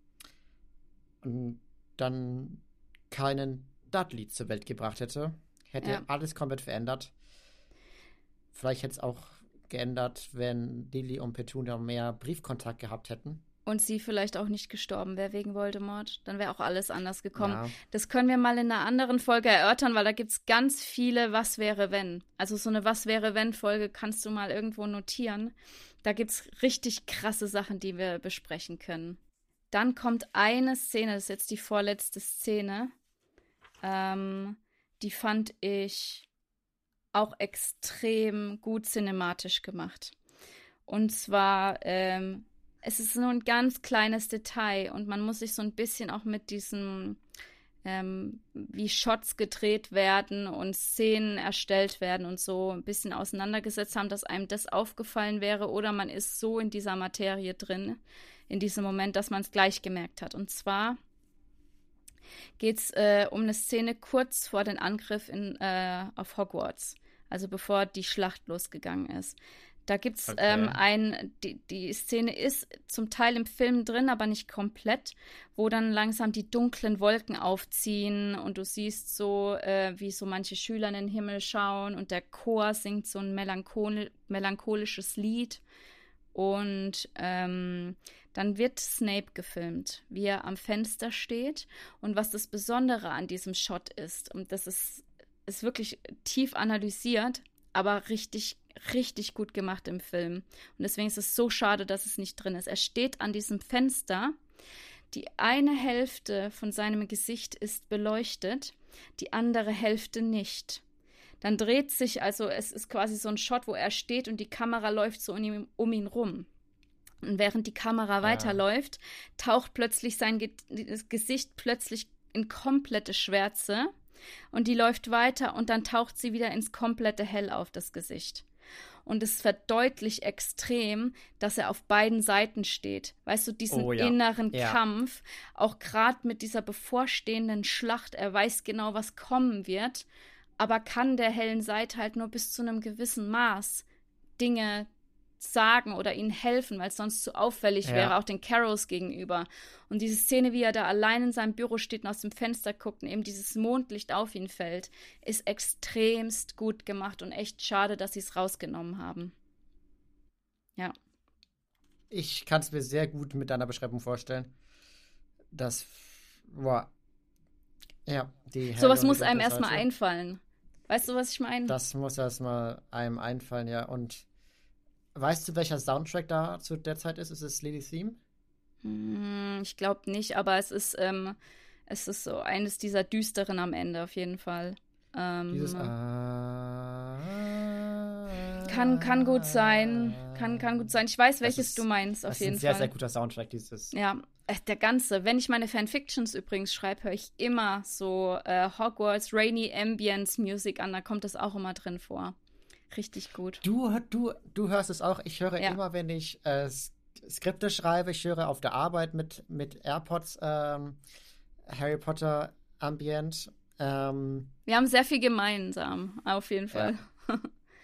dann keinen Dudley zur Welt gebracht hätte. Hätte ja. alles komplett verändert. Vielleicht hätte es auch geändert, wenn Lily und Petunia mehr Briefkontakt gehabt hätten. Und sie vielleicht auch nicht gestorben wäre wegen Voldemort. Dann wäre auch alles anders gekommen. Ja. Das können wir mal in einer anderen Folge erörtern, weil da gibt es ganz viele Was wäre wenn. Also so eine Was wäre wenn Folge kannst du mal irgendwo notieren. Da gibt es richtig krasse Sachen, die wir besprechen können. Dann kommt eine Szene, das ist jetzt die vorletzte Szene. Ähm, die fand ich auch extrem gut cinematisch gemacht. Und zwar, ähm, es ist nur ein ganz kleines Detail und man muss sich so ein bisschen auch mit diesem, ähm, wie Shots gedreht werden und Szenen erstellt werden und so ein bisschen auseinandergesetzt haben, dass einem das aufgefallen wäre oder man ist so in dieser Materie drin, in diesem Moment, dass man es gleich gemerkt hat. Und zwar geht es äh, um eine Szene kurz vor dem Angriff in, äh, auf Hogwarts, also bevor die Schlacht losgegangen ist. Da gibt es okay. ähm, ein, die, die Szene ist zum Teil im Film drin, aber nicht komplett, wo dann langsam die dunklen Wolken aufziehen und du siehst so, äh, wie so manche Schüler in den Himmel schauen und der Chor singt so ein melanchol- melancholisches Lied. Und ähm, dann wird Snape gefilmt, wie er am Fenster steht. Und was das Besondere an diesem Shot ist, und das ist, ist wirklich tief analysiert, aber richtig, richtig gut gemacht im Film. Und deswegen ist es so schade, dass es nicht drin ist. Er steht an diesem Fenster. Die eine Hälfte von seinem Gesicht ist beleuchtet, die andere Hälfte nicht. Dann dreht sich, also es ist quasi so ein Shot, wo er steht und die Kamera läuft so um ihn, um ihn rum. Und während die Kamera ja. weiterläuft, taucht plötzlich sein Ge- das Gesicht plötzlich in komplette Schwärze und die läuft weiter und dann taucht sie wieder ins komplette Hell auf, das Gesicht. Und es verdeutlicht extrem, dass er auf beiden Seiten steht. Weißt du, diesen oh, ja. inneren ja. Kampf, auch gerade mit dieser bevorstehenden Schlacht, er weiß genau, was kommen wird, aber kann der hellen Seite halt nur bis zu einem gewissen Maß Dinge sagen oder ihnen helfen, weil es sonst zu auffällig ja. wäre, auch den Carrows gegenüber. Und diese Szene, wie er da allein in seinem Büro steht und aus dem Fenster guckt und eben dieses Mondlicht auf ihn fällt, ist extremst gut gemacht und echt schade, dass sie es rausgenommen haben. Ja. Ich kann es mir sehr gut mit deiner Beschreibung vorstellen. Das war ja, die sowas muss einem erstmal einfallen. Weißt du, was ich meine? Das muss erstmal einem einfallen, ja. Und weißt du, welcher Soundtrack da zu der Zeit ist? Ist es Lily Theme? Hm, ich glaube nicht, aber es ist, ähm, es ist so eines dieser düsteren am Ende auf jeden Fall. Ähm, Dieses ah, Kann, kann gut sein. Kann, kann gut sein. Ich weiß, welches ist, du meinst, auf jeden Fall. Das ist ein sehr, sehr guter Soundtrack, dieses. Ja, äh, der ganze. Wenn ich meine Fanfictions übrigens schreibe, höre ich immer so äh, Hogwarts Rainy Ambience Music an. Da kommt das auch immer drin vor. Richtig gut. Du, du, du hörst es auch. Ich höre Ja. immer, wenn ich äh, Skripte schreibe, ich höre auf der Arbeit mit, mit AirPods ähm, Harry Potter Ambient. Ähm, Wir haben sehr viel gemeinsam, auf jeden Fall. Ja.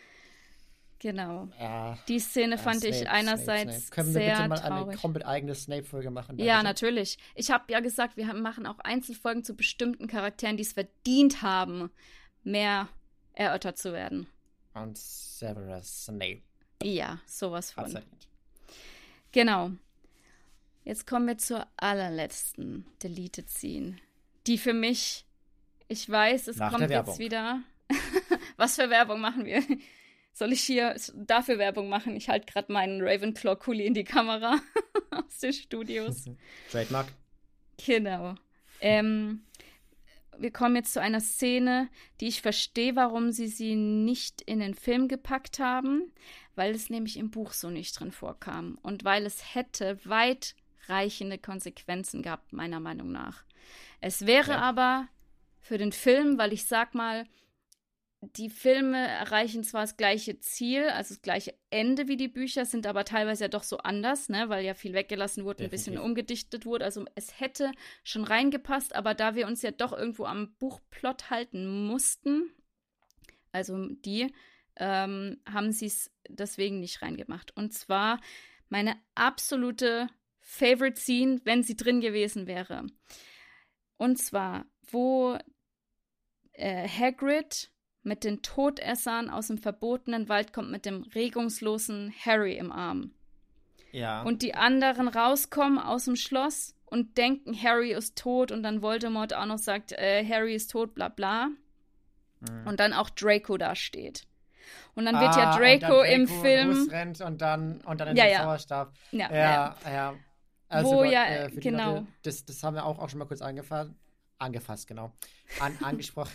Genau. Ja, Die Szene ja, fand Snape, ich einerseits Snape, Snape. Können wir sehr bitte mal traurig. eine komplett eigene Snape-Folge machen? Ja, Dankeschön. natürlich. Ich habe ja gesagt, wir haben, machen auch Einzelfolgen zu bestimmten Charakteren, die es verdient haben, mehr erörtert zu werden. Und Severus Snape. Ja, sowas von. Hat's verdient. Genau. Jetzt kommen wir zur allerletzten Deleted Scene. Die für mich, ich weiß, es Nach kommt der jetzt Werbung. wieder. Was für Werbung machen wir? Soll ich hier dafür Werbung machen? Ich halte gerade meinen Ravenclaw-Kuli in die Kamera aus den Studios. Trademark. Genau. Ähm, wir kommen jetzt zu einer Szene, die ich verstehe, warum sie sie nicht in den Film gepackt haben, weil es nämlich im Buch so nicht drin vorkam und weil es hätte weitreichende Konsequenzen gehabt, meiner Meinung nach. Es wäre Ja. aber für den Film, weil ich sag mal, die Filme erreichen zwar das gleiche Ziel, also das gleiche Ende wie die Bücher, sind aber teilweise ja doch so anders, ne, weil ja viel weggelassen wurde, ein bisschen Definitiv. umgedichtet wurde. Also es hätte schon reingepasst, aber da wir uns ja doch irgendwo am Buchplot halten mussten, also die, ähm, haben sie es deswegen nicht reingemacht. Und zwar meine absolute Favorite Scene, wenn sie drin gewesen wäre. Und zwar, wo äh, Hagrid mit den Todessern aus dem verbotenen Wald kommt, mit dem regungslosen Harry im Arm. Ja. Und die anderen rauskommen aus dem Schloss und denken, Harry ist tot und dann Voldemort auch noch sagt, äh, Harry ist tot, bla bla. Mhm. Und dann auch Draco da steht. Und dann wird ja Ah, Draco, und dann im Draco Film... losrennt und dann, und dann in Ja, den ja. Zauberstab. Ja, Ja, ja. ja. Also Wo Gott, ja, äh, für die genau. Leute, das, das haben wir auch, auch schon mal kurz angefasst. Angefasst, genau. An, angesprochen.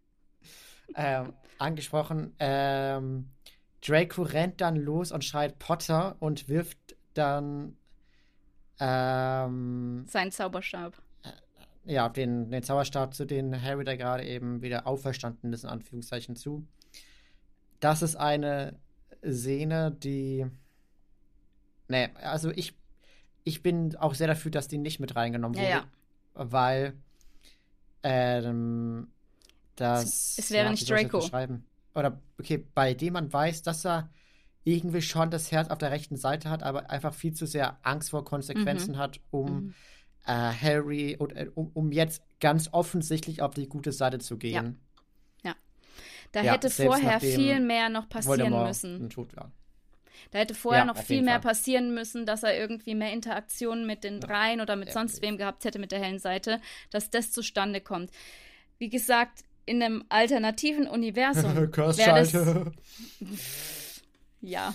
ähm, angesprochen. Ähm, Draco rennt dann los und schreit Potter und wirft dann ähm, Sein Zauberstab. ja, den, den Zauberstab zu den Harry, der gerade eben wieder auferstanden ist, in Anführungszeichen zu. Das ist eine Szene, die nee, also ich ich bin auch sehr dafür, dass die nicht mit reingenommen Ja, wurde, ja. weil ähm, das Es- es wäre ja, nicht wie soll ich das Draco. beschreiben? Oder okay, bei dem man weiß, dass er irgendwie schon das Herz auf der rechten Seite hat, aber einfach viel zu sehr Angst vor Konsequenzen Mhm. hat, um Mhm. äh, Harry und äh, um, um jetzt ganz offensichtlich auf die gute Seite zu gehen. Da Ja, hätte selbst vorher nachdem viel mehr noch passieren Voldemort müssen. tot war. Da hätte vorher Ja, noch auf viel jeden mehr Fall. passieren müssen, dass er irgendwie mehr Interaktionen mit den Dreien oder mit sonst definitiv. wem gehabt hätte mit der hellen Seite, dass das zustande kommt. Wie gesagt, in einem alternativen Universum wäre das... Kursschalter. Ja.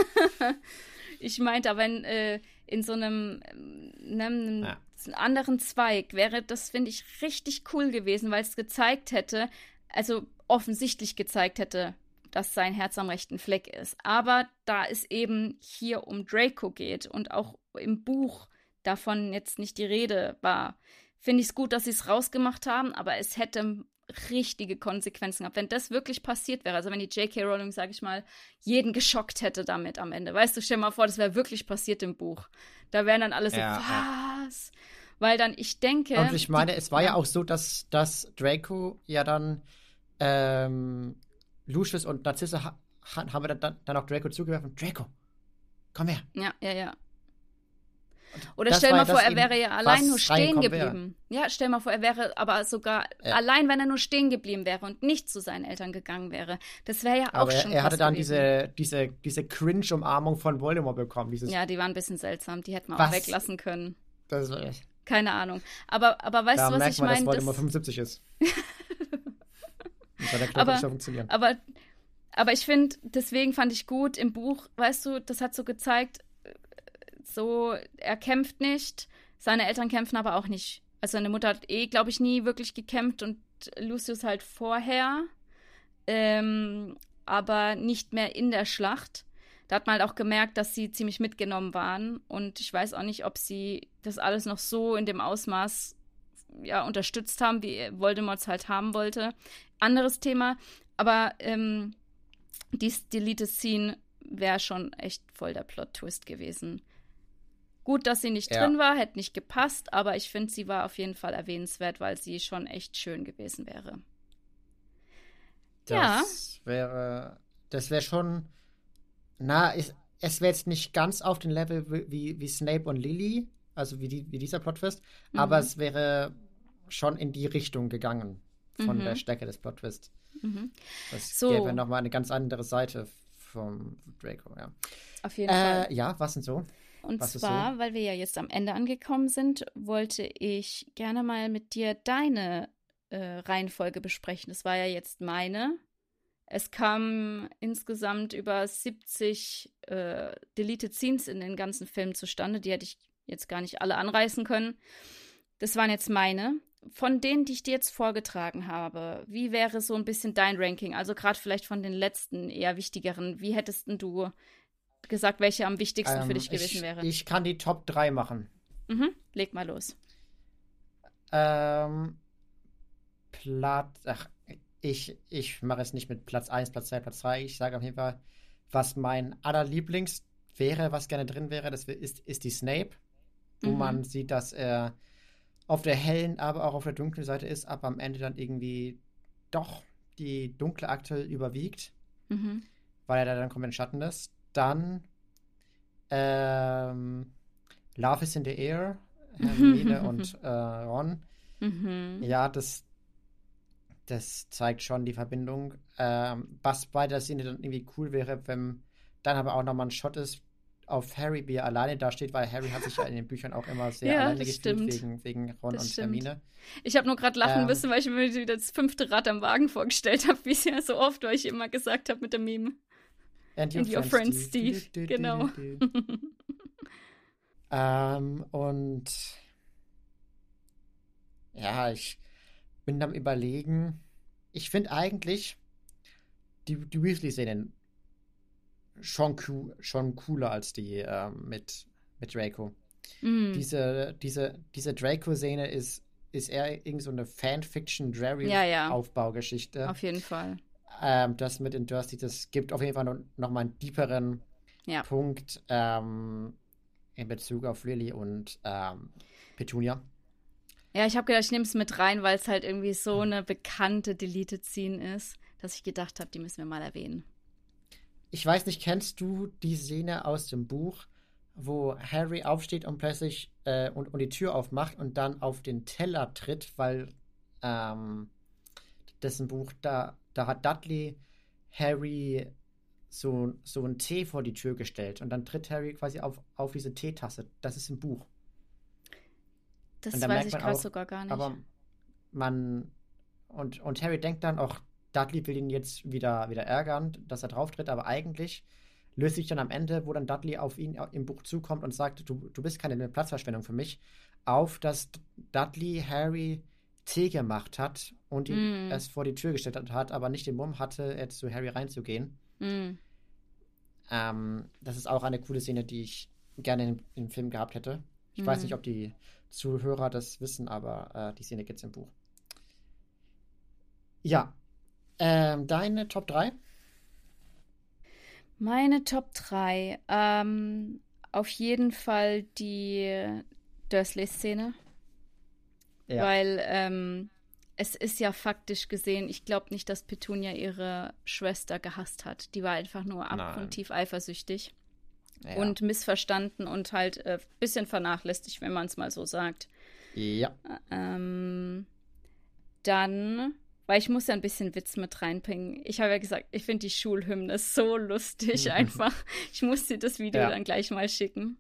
Ich meinte, aber in, äh, in so einem, ähm, ne, einem Ja. anderen Zweig wäre das, finde ich, richtig cool gewesen, weil es gezeigt hätte, also offensichtlich gezeigt hätte, dass sein Herz am rechten Fleck ist. Aber da es eben hier um Draco geht und auch im Buch davon jetzt nicht die Rede war, finde ich es gut, dass sie es rausgemacht haben, aber es hätte richtige Konsequenzen gehabt. Wenn das wirklich passiert wäre, also wenn die J K. Rowling, sag ich mal, jeden geschockt hätte damit am Ende. Weißt du, stell dir mal vor, das wäre wirklich passiert im Buch. Da wären dann alle so, Ja, ja. was? Weil dann, ich denke... Und ich meine, die, es war ja auch so, dass, dass Draco ja dann ähm, Lucius und Narcisse ha ha haben wir dann, dann auch Draco zugeworfen. Draco, komm her. Ja, ja, ja. Oder Das stell war mal ja vor, das er eben, wäre ja allein was nur stehen reingekommen wäre. geblieben. Ja, stell mal vor, er wäre aber sogar Ja. allein, wenn er nur stehen geblieben wäre und nicht zu seinen Eltern gegangen wäre. Das wäre ja auch Aber er, schon er hatte krass dann gewesen. diese, diese, diese Cringe-Umarmung von Voldemort bekommen. Dieses, Ja, die waren ein bisschen seltsam. Die hätten wir Was? auch weglassen können. das war echt. Keine Ahnung. Aber, aber weißt Da du, was merkt ich man, dass meine? Voldemort Das, fünfundsiebzig ist. Und bei der Knopf Aber- nicht so funktionieren. aber, aber ich finde, deswegen fand ich gut im Buch, weißt du, das hat so gezeigt, so, er kämpft nicht, seine Eltern kämpfen aber auch nicht. Also seine Mutter hat eh, glaube ich, nie wirklich gekämpft und Lucius halt vorher. Ähm, aber nicht mehr in der Schlacht. Da hat man halt auch gemerkt, dass sie ziemlich mitgenommen waren. Und ich weiß auch nicht, ob sie das alles noch so in dem Ausmaß ja, unterstützt haben, wie Voldemort es halt haben wollte. Anderes Thema. Aber ähm, die Deleted Scene wäre schon echt voll der Plot-Twist gewesen. Gut, dass sie nicht Ja. drin war, hätte nicht gepasst, aber ich finde, sie war auf jeden Fall erwähnenswert, weil sie schon echt schön gewesen wäre. Das ja. wäre, das wäre schon, na, es, es wäre jetzt nicht ganz auf dem Level wie, wie Snape und Lily, also wie, die, wie dieser Plot-Twist, mhm. aber es wäre schon in die Richtung gegangen von mhm. der Stärke des Plot-Twists. Mhm. Das so. gäbe nochmal eine ganz andere Seite vom Draco, ja. Auf jeden äh, Fall. Ja, was denn so? Und was zwar, so? weil wir ja jetzt am Ende angekommen sind, wollte ich gerne mal mit dir deine äh, Reihenfolge besprechen. Das war ja jetzt meine. Es kamen insgesamt über siebzig äh, Deleted Scenes in den ganzen Film zustande. Die hätte ich jetzt gar nicht alle anreißen können. Das waren jetzt meine. Von denen, die ich dir jetzt vorgetragen habe, wie wäre so ein bisschen dein Ranking? Also gerade vielleicht von den letzten eher wichtigeren. Wie hättest du gesagt, welche am wichtigsten ähm, für dich gewesen ich, wäre? Ich kann die Top drei machen. Mhm, leg mal los. Ähm, Platz, ach, ich, ich mache es nicht mit Platz eins, Platz zwei, Platz drei. Ich sage auf jeden Fall, was mein allerlieblings wäre, was gerne drin wäre, das ist, ist die Snape, wo mhm. man sieht, dass er auf der hellen, aber auch auf der dunklen Seite ist, aber am Ende dann irgendwie doch die dunkle Akte überwiegt, mhm. weil er dann komplett Schatten ist. Dann ähm, Love is in the Air, Hermine und äh, Ron. Mhm. Ja, das, das zeigt schon die Verbindung. Ähm, was bei der Szene dann irgendwie cool wäre, wenn dann aber auch nochmal ein Shot ist auf Harry, wie er alleine da steht, weil Harry hat sich ja in den Büchern auch immer sehr ja, alleine gefühlt wegen, wegen Ron das und stimmt. Hermine. Ich habe nur gerade lachen ähm, müssen, weil ich mir wieder das fünfte Rad am Wagen vorgestellt habe, wie es ja so oft, weil ich immer gesagt habe mit dem Meme. And your, And your friend, friend Steve. Steve, Du, du, genau. du, du, du. ähm, und ja, ich bin am Überlegen. Ich finde eigentlich die, die Weasley-Szenen schon, cool, schon cooler als die ähm, mit, mit Draco. Mm. Diese, diese, diese Draco-Szene ist, ist eher irgend so eine Fanfiction-Drarry-Aufbaugeschichte. Ja, ja. Auf jeden Fall. Ähm, das mit den Dursley, das gibt auf jeden Fall noch, noch mal einen tieferen ja. Punkt ähm, in Bezug auf Lily und ähm, Petunia. Ja, ich habe gedacht, ich nehme es mit rein, weil es halt irgendwie so eine bekannte Deleted Scene ist, dass ich gedacht habe, die müssen wir mal erwähnen. Ich weiß nicht, kennst du die Szene aus dem Buch, wo Harry aufsteht und plötzlich äh, und, und die Tür aufmacht und dann auf den Teller tritt, weil ähm, dessen Buch, da, da hat Dudley Harry so, so einen Tee vor die Tür gestellt und dann tritt Harry quasi auf, auf diese Teetasse. Das ist im Buch. Das weiß ich gerade sogar gar nicht. Aber man und, und Harry denkt dann auch, Dudley will ihn jetzt wieder, wieder ärgern, dass er drauf tritt, aber eigentlich löst sich dann am Ende, wo dann Dudley auf ihn im Buch zukommt und sagt, du, du bist keine Platzverschwendung für mich, auf, dass Dudley Harry Tee gemacht hat und ihn mm. erst vor die Tür gestellt hat, aber nicht den Mumm hatte, jetzt zu Harry reinzugehen. Mm. Ähm, das ist auch eine coole Szene, die ich gerne im, im Film gehabt hätte. Ich mm. weiß nicht, ob die Zuhörer das wissen, aber äh, die Szene gibt es im Buch. Ja. Ähm, deine Top drei? Meine Top drei. Ähm, auf jeden Fall die Dursley-Szene. Ja. Weil ähm, es ist ja faktisch gesehen, ich glaube nicht, dass Petunia ihre Schwester gehasst hat. Die war einfach nur abgrundtief eifersüchtig. Ja. Und missverstanden und halt ein äh, bisschen vernachlässigt, wenn man es mal so sagt. Ja. Ähm, dann, weil ich muss ja ein bisschen Witz mit reinbringen. Ich habe ja gesagt, ich finde die Schulhymne so lustig einfach. Ich muss dir das Video ja. dann gleich mal schicken.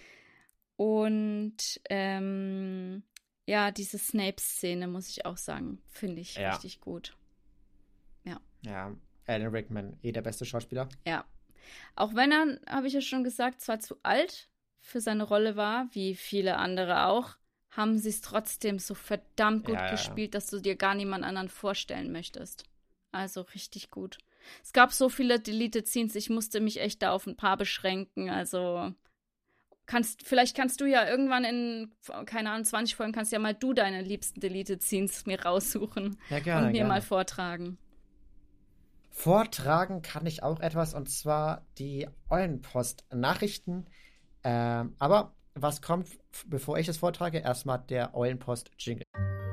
Und ähm, ja, diese Snape-Szene, muss ich auch sagen, finde ich ja. richtig gut. Ja. Ja, Alan Rickman, eh der beste Schauspieler. Ja. Auch wenn er, habe ich ja schon gesagt, zwar zu alt für seine Rolle war, wie viele andere auch, haben sie es trotzdem so verdammt gut ja, ja. gespielt, dass du dir gar niemand anderen vorstellen möchtest. Also richtig gut. Es gab so viele Deleted Scenes, ich musste mich echt da auf ein paar beschränken. Also kannst, vielleicht kannst du ja irgendwann in, keine Ahnung, zwanzig Folgen, kannst ja mal du deine liebsten Deleted Scenes mir raussuchen Ja, gerne, und mir gerne. mal vortragen. Vortragen kann ich auch etwas, und zwar die Eulenpost-Nachrichten. Ähm, aber was kommt, f- bevor ich das vortrage? Erstmal der Eulenpost-Jingle.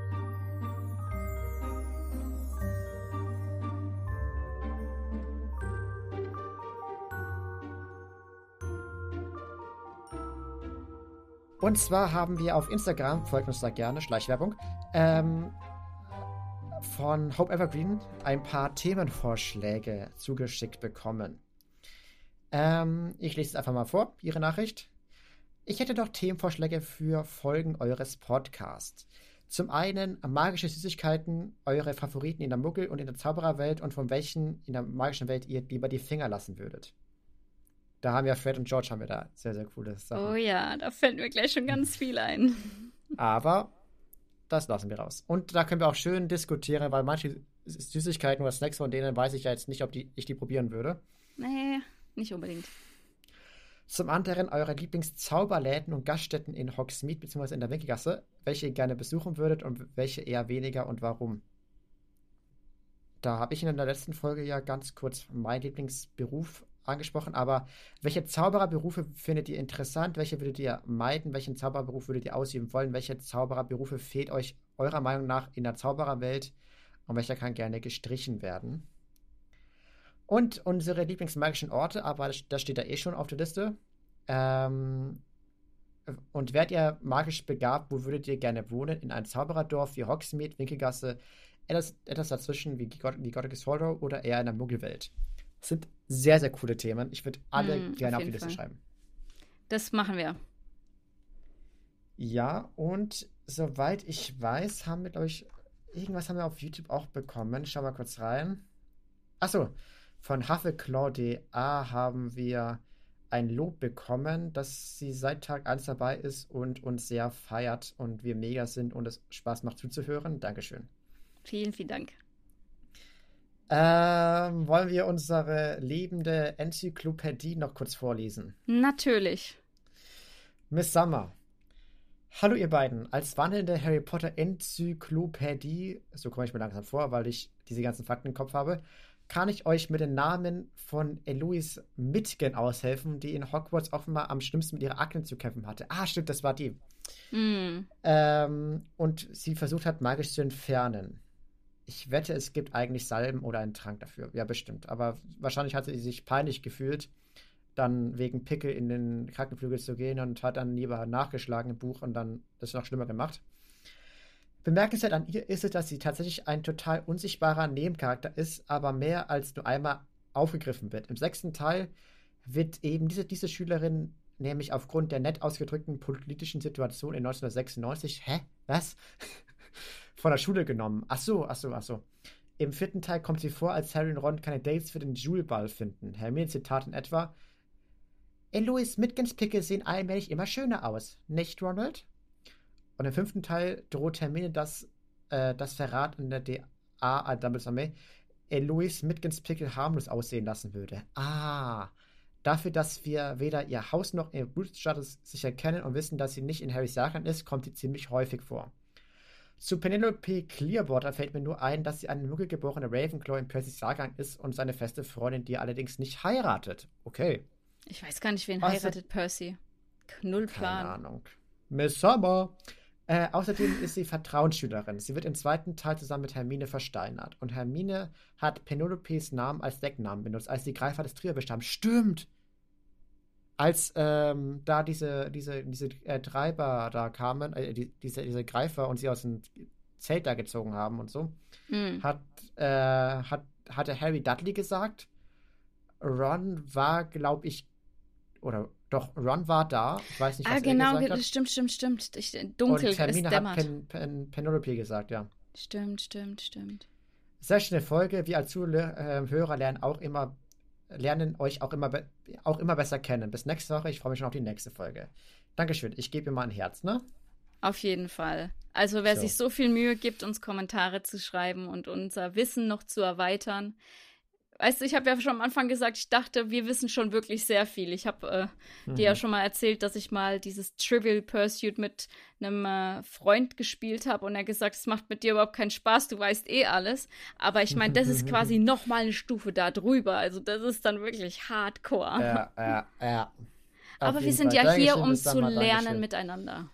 Und zwar haben wir auf Instagram, folgt uns da gerne, Schleichwerbung, ähm, von Hope Evergreen ein paar Themenvorschläge zugeschickt bekommen. Ähm, ich lese es einfach mal vor, Ihre Nachricht. Ich hätte noch Themenvorschläge für Folgen eures Podcasts. Zum einen magische Süßigkeiten, eure Favoriten in der Muggel- und in der Zaubererwelt und von welchen in der magischen Welt ihr lieber die Finger lassen würdet. Da haben ja Fred und George haben wir da sehr, sehr coole Sachen. Oh ja, da fällt mir gleich schon ganz viel ein. Aber das lassen wir raus. Und da können wir auch schön diskutieren, weil manche Süßigkeiten oder Snacks von denen weiß ich ja jetzt nicht, ob die, ich die probieren würde. Nee, nicht unbedingt. Zum anderen eure Lieblingszauberläden und Gaststätten in Hogsmeade bzw. in der Winkelgasse, welche ihr gerne besuchen würdet und welche eher weniger und warum. Da habe ich in der letzten Folge ja ganz kurz meinen Lieblingsberuf angesprochen, aber welche Zaubererberufe findet ihr interessant? Welche würdet ihr meiden? Welchen Zaubererberuf würdet ihr ausüben wollen? Welche Zaubererberufe fehlt euch eurer Meinung nach in der Zaubererwelt und welcher kann gerne gestrichen werden? Und unsere Lieblingsmagischen Orte, aber das, das steht da eh schon auf der Liste. Ähm, und wärt ihr magisch begabt, wo würdet ihr gerne wohnen? In einem Zaubererdorf wie Hogsmeade, Winkelgasse, etwas, etwas dazwischen wie, God, wie Godric's Hollow oder eher in der Muggelwelt? Das sind sehr, sehr coole Themen. Ich würde alle Mm, gerne auf auf die jeden Liste Fall. schreiben. Das machen wir. Ja, und soweit ich weiß, haben wir, glaube ich, irgendwas haben wir auf YouTube auch bekommen. Schau mal kurz rein. Achso, von Huffleclaw punkt de haben wir ein Lob bekommen, dass sie seit Tag eins dabei ist und uns sehr feiert und wir mega sind und es Spaß macht zuzuhören. Dankeschön. Vielen, vielen Dank. Ähm, wollen wir unsere lebende Enzyklopädie noch kurz vorlesen? Natürlich. Miss Summer. Hallo ihr beiden. Als wandelnde Harry Potter Enzyklopädie, so komme ich mir langsam vor, weil ich diese ganzen Fakten im Kopf habe, kann ich euch mit den Namen von Eloise Mitgen aushelfen, die in Hogwarts offenbar am schlimmsten mit ihrer Akne zu kämpfen hatte. Ah, stimmt, das war die. Mm. Ähm, und sie versucht hat, magisch zu entfernen. Ich wette, es gibt eigentlich Salben oder einen Trank dafür. Ja, bestimmt. Aber wahrscheinlich hat sie sich peinlich gefühlt, dann wegen Pickel in den Krankenflügel zu gehen und hat dann lieber nachgeschlagen im Buch und dann das noch schlimmer gemacht. Bemerkenswert an ihr ist es, dass sie tatsächlich ein total unsichtbarer Nebencharakter ist, aber mehr als nur einmal aufgegriffen wird. Im sechsten Teil wird eben diese, diese Schülerin nämlich aufgrund der nett ausgedrückten politischen Situation in neunzehnhundertsechsundneunzig, hä, was? von der Schule genommen. Ach so, ach so, ach so. Im vierten Teil kommt sie vor, als Harry und Ron keine Dates für den Juleball finden. Hermine Zitat in etwa: Eloise Mitgens Pickel sehen allmählich immer schöner aus, nicht, Ronald? Und im fünften Teil droht Hermine das, äh, das Verrat in der D A an Dumbledores Armee Eloise Mitgens Pickel harmlos aussehen lassen würde. Ah, dafür, dass wir weder ihr Haus noch ihr Blutstatus sicher kennen und wissen, dass sie nicht in Harrys Jahrgang ist, kommt sie ziemlich häufig vor. Zu Penelope Clearwater fällt mir nur ein, dass sie eine muggelgeborene Ravenclaw in Percys Jahrgang ist und seine feste Freundin, die er allerdings nicht heiratet. Okay. Ich weiß gar nicht, wen Was- heiratet Percy. Null Plan. Keine Ahnung. Miss Summer. Äh, außerdem ist sie Vertrauensschülerin. Sie wird im zweiten Teil zusammen mit Hermine versteinert. Und Hermine hat Penelopes Namen als Decknamen benutzt, als die Greifer des Trio bestammen. Stimmt! Als ähm, da diese, diese, diese äh, Treiber da kamen, äh, die, diese, diese Greifer und sie aus dem Zelt da gezogen haben und so, Mm. hat, äh, hat, hatte Harry Dudley gesagt. Ron war, glaube ich, oder doch, Ron war da. Ich weiß nicht, was Ah, er genau, gesagt ge- hat. stimmt, stimmt, stimmt. Ich, dunkel, Und es Hermine hat dämmert. Pen, Pen, Penelope gesagt, ja. Stimmt, stimmt, stimmt. Sehr schöne Folge. Wir als Zuhörer lernen auch immer, lernen euch auch immer, be- auch immer besser kennen. Bis nächste Woche. Ich freue mich schon auf die nächste Folge. Dankeschön. Ich gebe ihr mal ein Herz, ne? Auf jeden Fall. Also wer So. sich so viel Mühe gibt, uns Kommentare zu schreiben und unser Wissen noch zu erweitern, weißt du, ich habe ja schon am Anfang gesagt, ich dachte, wir wissen schon wirklich sehr viel. Ich habe äh, mhm. dir ja schon mal erzählt, dass ich mal dieses Trivial Pursuit mit einem äh, Freund gespielt habe und er gesagt, es macht mit dir überhaupt keinen Spaß, du weißt eh alles. Aber ich meine, das ist quasi noch mal eine Stufe da drüber. Also das ist dann wirklich hardcore. Ja, ja, ja. Aber wir sind Fall. ja hier, um zu lernen miteinander.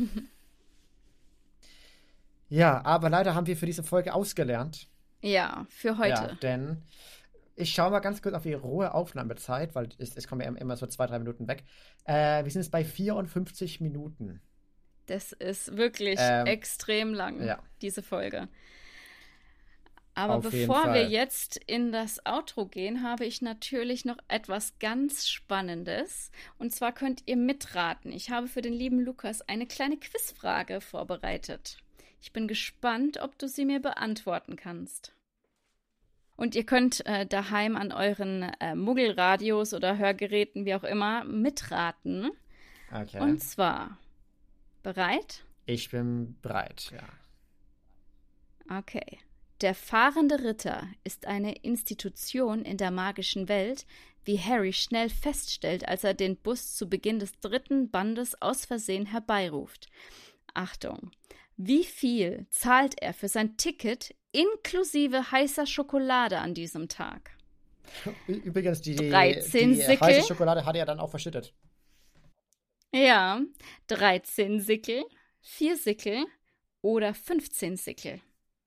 Ja, aber leider haben wir für diese Folge ausgelernt. Ja, für heute. Ja, denn ich schaue mal ganz kurz auf die rohe Aufnahmezeit, weil es, es kommen ja immer so zwei, drei Minuten weg. Äh, wir sind jetzt bei vierundfünfzig Minuten. Das ist wirklich ähm, extrem lang, ja. diese Folge. Aber auf bevor wir jetzt in das Outro gehen, habe ich natürlich noch etwas ganz Spannendes. Und zwar könnt ihr mitraten. Ich habe für den lieben Lukas eine kleine Quizfrage vorbereitet. Ich bin gespannt, ob du sie mir beantworten kannst. Und ihr könnt äh, daheim an euren äh, Muggelradios oder Hörgeräten, wie auch immer, mitraten. Okay. Und zwar, bereit? Ich bin bereit, ja. Okay. Der fahrende Ritter ist eine Institution in der magischen Welt, wie Harry schnell feststellt, als er den Bus zu Beginn des dritten Bandes aus Versehen herbeiruft. Achtung! Wie viel zahlt er für sein Ticket inklusive heißer Schokolade an diesem Tag? Übrigens, die, dreizehn die Sickel. heiße Schokolade hat er dann auch verschüttet. Ja, dreizehn Sickel, vier Sickel oder fünfzehn Sickel.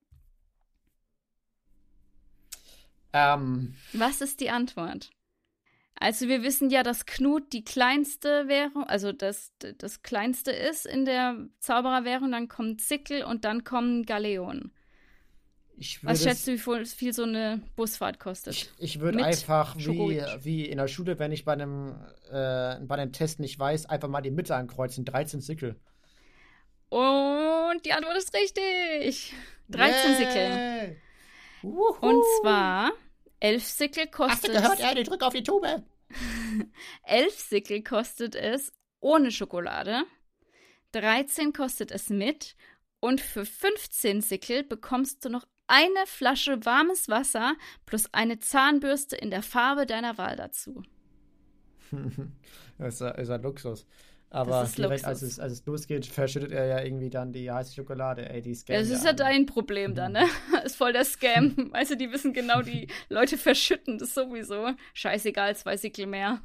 Ähm. Was ist die Antwort? Also wir wissen ja, dass Knut die kleinste Währung, also das, das kleinste ist in der Zaubererwährung, dann kommt Sickel und dann kommen Galeonen. Was schätzt du, wie viel so eine Busfahrt kostet? Ich, ich würde einfach, wie, wie in der Schule, wenn ich bei einem, äh, bei einem Test nicht weiß, einfach mal die Mitte ankreuzen, dreizehn Sickel. Und die Antwort ist richtig. dreizehn yeah. Sickel. Wuhu. Und zwar, elf Sickel kostet... Hast du gehört? Ja, die drück auf die Tube. elf Sickel kostet es ohne Schokolade. dreizehn kostet es mit. Und für fünfzehn Sickel bekommst du noch eine Flasche warmes Wasser plus eine Zahnbürste in der Farbe deiner Wahl dazu. Das ist, ist ein Luxus. Aber direkt, als es, als es losgeht, verschüttet er ja irgendwie dann die heiße Schokolade. Ey, die Scam. Das ist ja dein Problem dann, ne? Das ist voll der Scam. Weißt du, die wissen genau, die Leute verschütten das sowieso. Scheißegal, zwei Sickel mehr.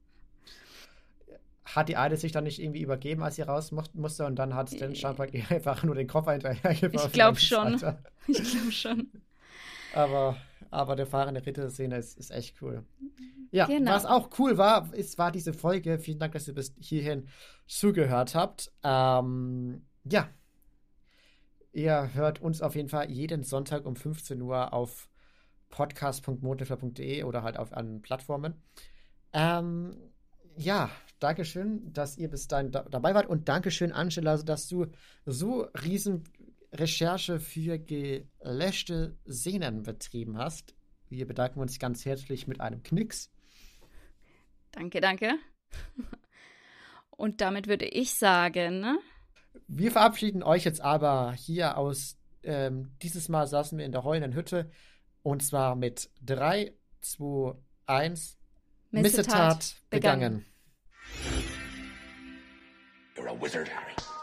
Hat die eine sich dann nicht irgendwie übergeben, als sie raus musste und dann hat es den Schampak einfach nur den Koffer hinterhergeworfen? Ich glaube schon. Ich glaube schon. Aber, aber der fahrende Ritter-Szene ist, ist echt cool. Ja, genau. Was auch cool war, ist, war diese Folge. Vielen Dank, dass ihr bis hierhin zugehört habt. Ähm, ja. Ihr hört uns auf jeden Fall jeden Sonntag um fünfzehn Uhr auf podcast punkt mondlöffler punkt de oder halt auf anderen Plattformen. Ähm, ja, Dankeschön, dass ihr bis dahin da, dabei wart und Dankeschön, Angela, dass du so riesen Recherche für gelöschte Szenen betrieben hast. Wir bedanken uns ganz herzlich mit einem Knicks. Danke, danke. Und damit würde ich sagen... Wir verabschieden euch jetzt aber hier aus, ähm, dieses Mal saßen wir in der heulenden Hütte und zwar mit drei, zwei, eins Missetat begangen. You're a wizard, Harry.